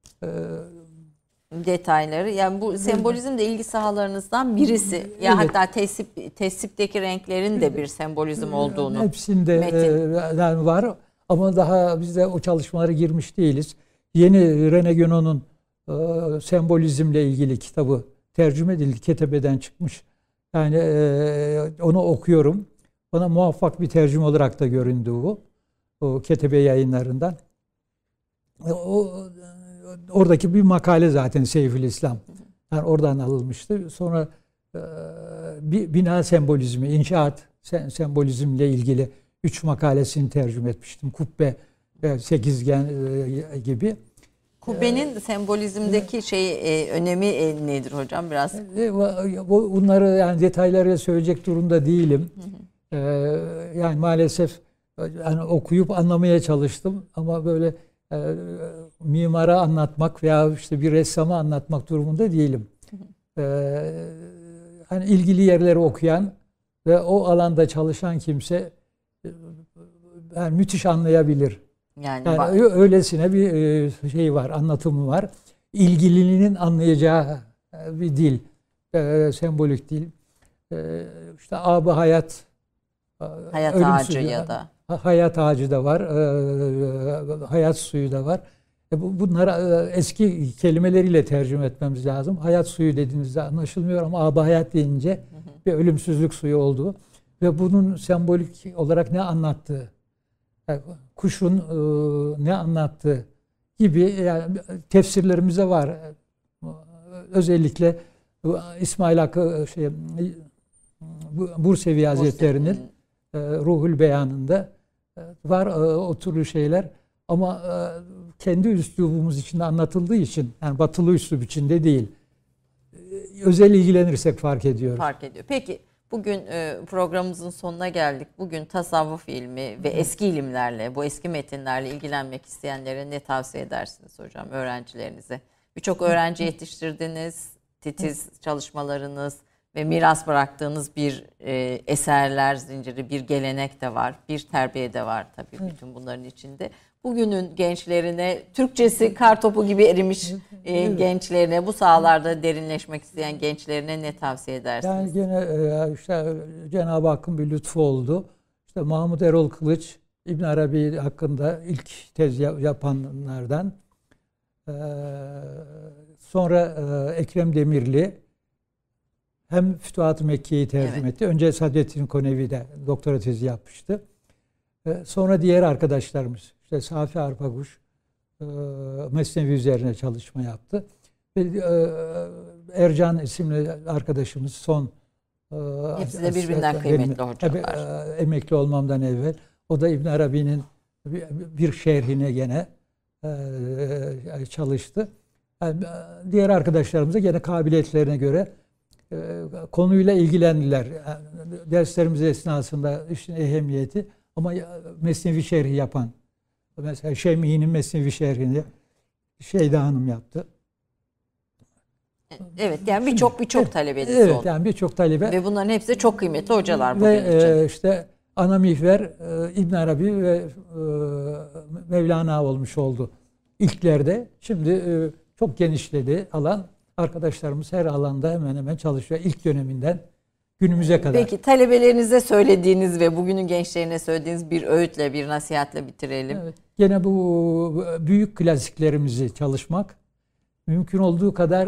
detayları. Yani bu sembolizm de ilgi sahalarınızdan birisi. Ya evet. hatta tesipteki renklerin de bir sembolizm olduğunu. Hepsinde yani var ama daha biz de o çalışmalara girmiş değiliz. Yeni René Guénon'un sembolizmle ilgili kitabı tercüme edildi. Ketebeden çıkmış. Yani onu okuyorum. Bana muvaffak bir tercüme olarak da göründü bu. O Ketebe yayınlarından. Oradaki bir makale zaten Seyfülislam. Yani oradan alınmıştı. Sonra bina sembolizmi, inşaat sembolizmle ilgili 3 makalesini tercüme etmiştim. Kubbe, sekizgen gibi. Kubbenin sembolizmdeki önemi nedir hocam biraz? Bunları yani detaylarıyla söyleyecek durumda değilim. Yani maalesef yani okuyup anlamaya çalıştım ama böyle mimara anlatmak veya işte bir ressama anlatmak durumunda değilim. Hani ilgili yerleri okuyan ve o alanda çalışan kimse yani müthiş anlayabilir. Yani öylesine bir şey var, anlatımı var. İlgilinin anlayacağı bir dil, sembolik dil. İşte ab-ı hayat, ağacı ya da. Hayat ağacı da var, hayat suyu da var. Bunları eski kelimeleriyle tercüme etmemiz lazım. Hayat suyu dediğinizde anlaşılmıyor ama ab-ı hayat deyince bir ölümsüzlük suyu olduğu ve bunun sembolik olarak ne anlattığı, yani kuşun ne anlattığı gibi yani tefsirlerimize var. Özellikle İsmail Hakkı Bursevi Hazretleri'nin Ruhul Beyanı'nda var o türlü şeyler ama kendi üslubumuz içinde anlatıldığı için yani batılı üslub içinde değil. Özel ilgilenirsek fark ediyoruz. Fark ediyor. Peki bugün programımızın sonuna geldik. Bugün tasavvuf ilmi ve eski ilimlerle, bu eski metinlerle ilgilenmek isteyenlere ne tavsiye edersiniz hocam öğrencilerinize? Birçok öğrenci yetiştirdiniz, titiz çalışmalarınız ve miras bıraktığınız bir eserler zinciri, bir gelenek de var, bir terbiye de var tabii bütün bunların içinde. Bugünün gençlerine, Türkçesi kar topu gibi erimiş gençlerine, bu sahalarda derinleşmek isteyen gençlerine ne tavsiye edersiniz? Yani gene işte Cenab-ı Hakk'ın bir lütfu oldu. İşte Mahmud Erol Kılıç, İbn Arabi hakkında ilk tez yapanlardan. Sonra Ekrem Demirli hem Fütuhat-ı Mekke'yi tercüme etti. Önce Sadrettin Konevi'de doktora tezi yapmıştı. Sonra diğer arkadaşlarımız, işte Safi Arpaguş, Mesnevi üzerine çalışma yaptı. Ve Ercan isimli arkadaşımız son hepsi de birbirinden kıymetli hocalar. Emekli olmamdan evvel. O da İbn Arabi'nin bir şerhine gene çalıştı. Yani diğer arkadaşlarımız da gene kabiliyetlerine göre konuyla ilgilendiler. Yani derslerimiz esnasında işin ehemmiyeti ama Mesnevi şerhi yapan, mesela Şem'i'nin Mesnevi şerhini Şeyda Hanım yaptı. Evet, yani birçok talebeniz evet, oldu. yani birçok talebe. Ve bunların hepsi çok kıymetli hocalar bugün ve için. işte ana mihver İbn Arabi ve Mevlana olmuş oldu ilklerde. Şimdi çok genişledi alan. Arkadaşlarımız her alanda hemen hemen çalışıyor ilk döneminden günümüze kadar. Peki talebelerinize söylediğiniz ve bugünün gençlerine söylediğiniz bir öğütle, bir nasihatle bitirelim. Evet. Gene bu büyük klasiklerimizi çalışmak, mümkün olduğu kadar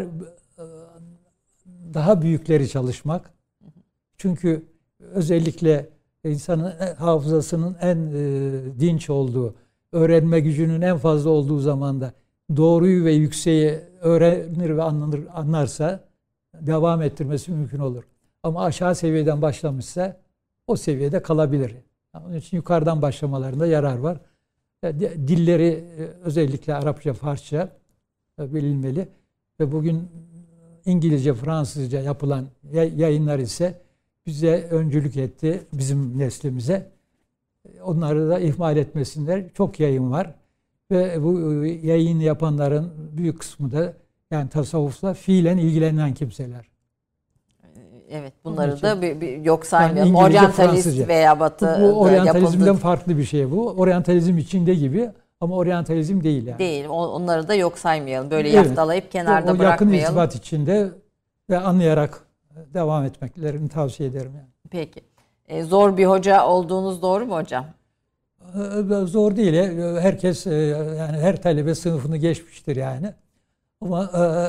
daha büyükleri çalışmak. Çünkü özellikle insanın hafızasının en dinç olduğu, öğrenme gücünün en fazla olduğu zamanda doğruyu ve yükseği öğrenir ve anlarsa devam ettirmesi mümkün olur. Ama aşağı seviyeden başlamışsa o seviyede kalabilir. Onun için yukarıdan başlamalarında yarar var. Dilleri özellikle Arapça, Farsça bilinmeli. Ve bugün İngilizce, Fransızca yapılan yayınlar ise bize öncülük etti, bizim neslimize. Onları da ihmal etmesinler. Çok yayın var. Ve bu yayın yapanların büyük kısmı da yani tasavvufla fiilen ilgilenen kimseler. Evet, bunları da yok saymayalım. Yani Oryantalist Fransızca veya Batı bu oryantalizmden yapıldı. farklı bir şey bu. Oryantalizm içinde gibi ama oryantalizm değil yani. Değil. Onları da yok saymayalım. Böyle yaftalayıp kenarda o bırakmayalım. Yakın irtibat içinde ve anlayarak devam etmeklerini tavsiye ederim yani. Peki. Zor bir hoca olduğunuz doğru mu hocam? Zor değil. Herkes yani her talebe sınıfını geçmiştir yani. Ama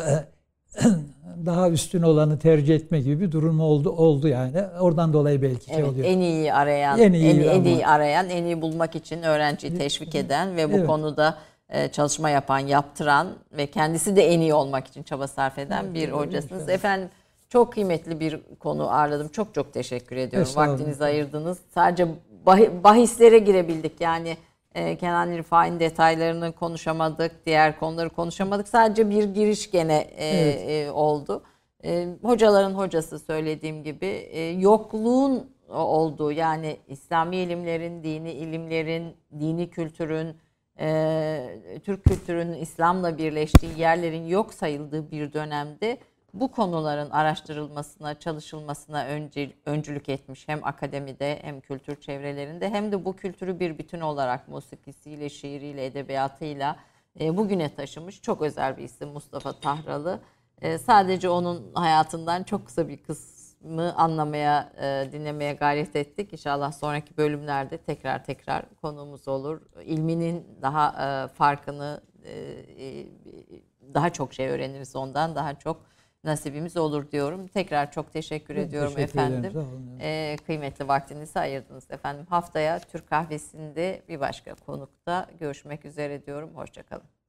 daha üstün olanı tercih etme gibi bir durum oldu yani. Oradan dolayı belki evet, oluyor. En iyi arayan, en iyi bulmak için öğrenciyi teşvik eden ve bu konuda çalışma yapan, yaptıran ve kendisi de en iyi olmak için çaba sarf eden bir hocasınız. Efendim çok kıymetli bir konu ağırladım. Çok teşekkür ediyorum. Vaktinizi ayırdınız. Sadece bahislere girebildik. Yani Kenan İrfani detaylarını konuşamadık. Diğer konuları konuşamadık. Sadece bir giriş gene oldu. Hocaların hocası söylediğim gibi yokluğun olduğu yani İslami ilimlerin, dini ilimlerin, dini kültürün, Türk kültürünün İslam'la birleştiği yerlerin yok sayıldığı bir dönemde bu konuların araştırılmasına, çalışılmasına öncülük etmiş hem akademide hem kültür çevrelerinde hem de bu kültürü bir bütün olarak musikisiyle, şiiriyle, edebiyatıyla bugüne taşımış çok özel bir isim Mustafa Tahralı. Sadece onun hayatından çok kısa bir kısmı anlamaya, dinlemeye gayret ettik. İnşallah sonraki bölümlerde tekrar konuğumuz olur. İlminin daha farkını, daha çok şey öğreniriz ondan, daha çok nasibimiz olur diyorum. Tekrar çok teşekkür ediyorum efendim. Kıymetli vaktinizi ayırdınız efendim. Haftaya Türk Kahvesi'nde bir başka konukta görüşmek üzere diyorum. Hoşça kalın.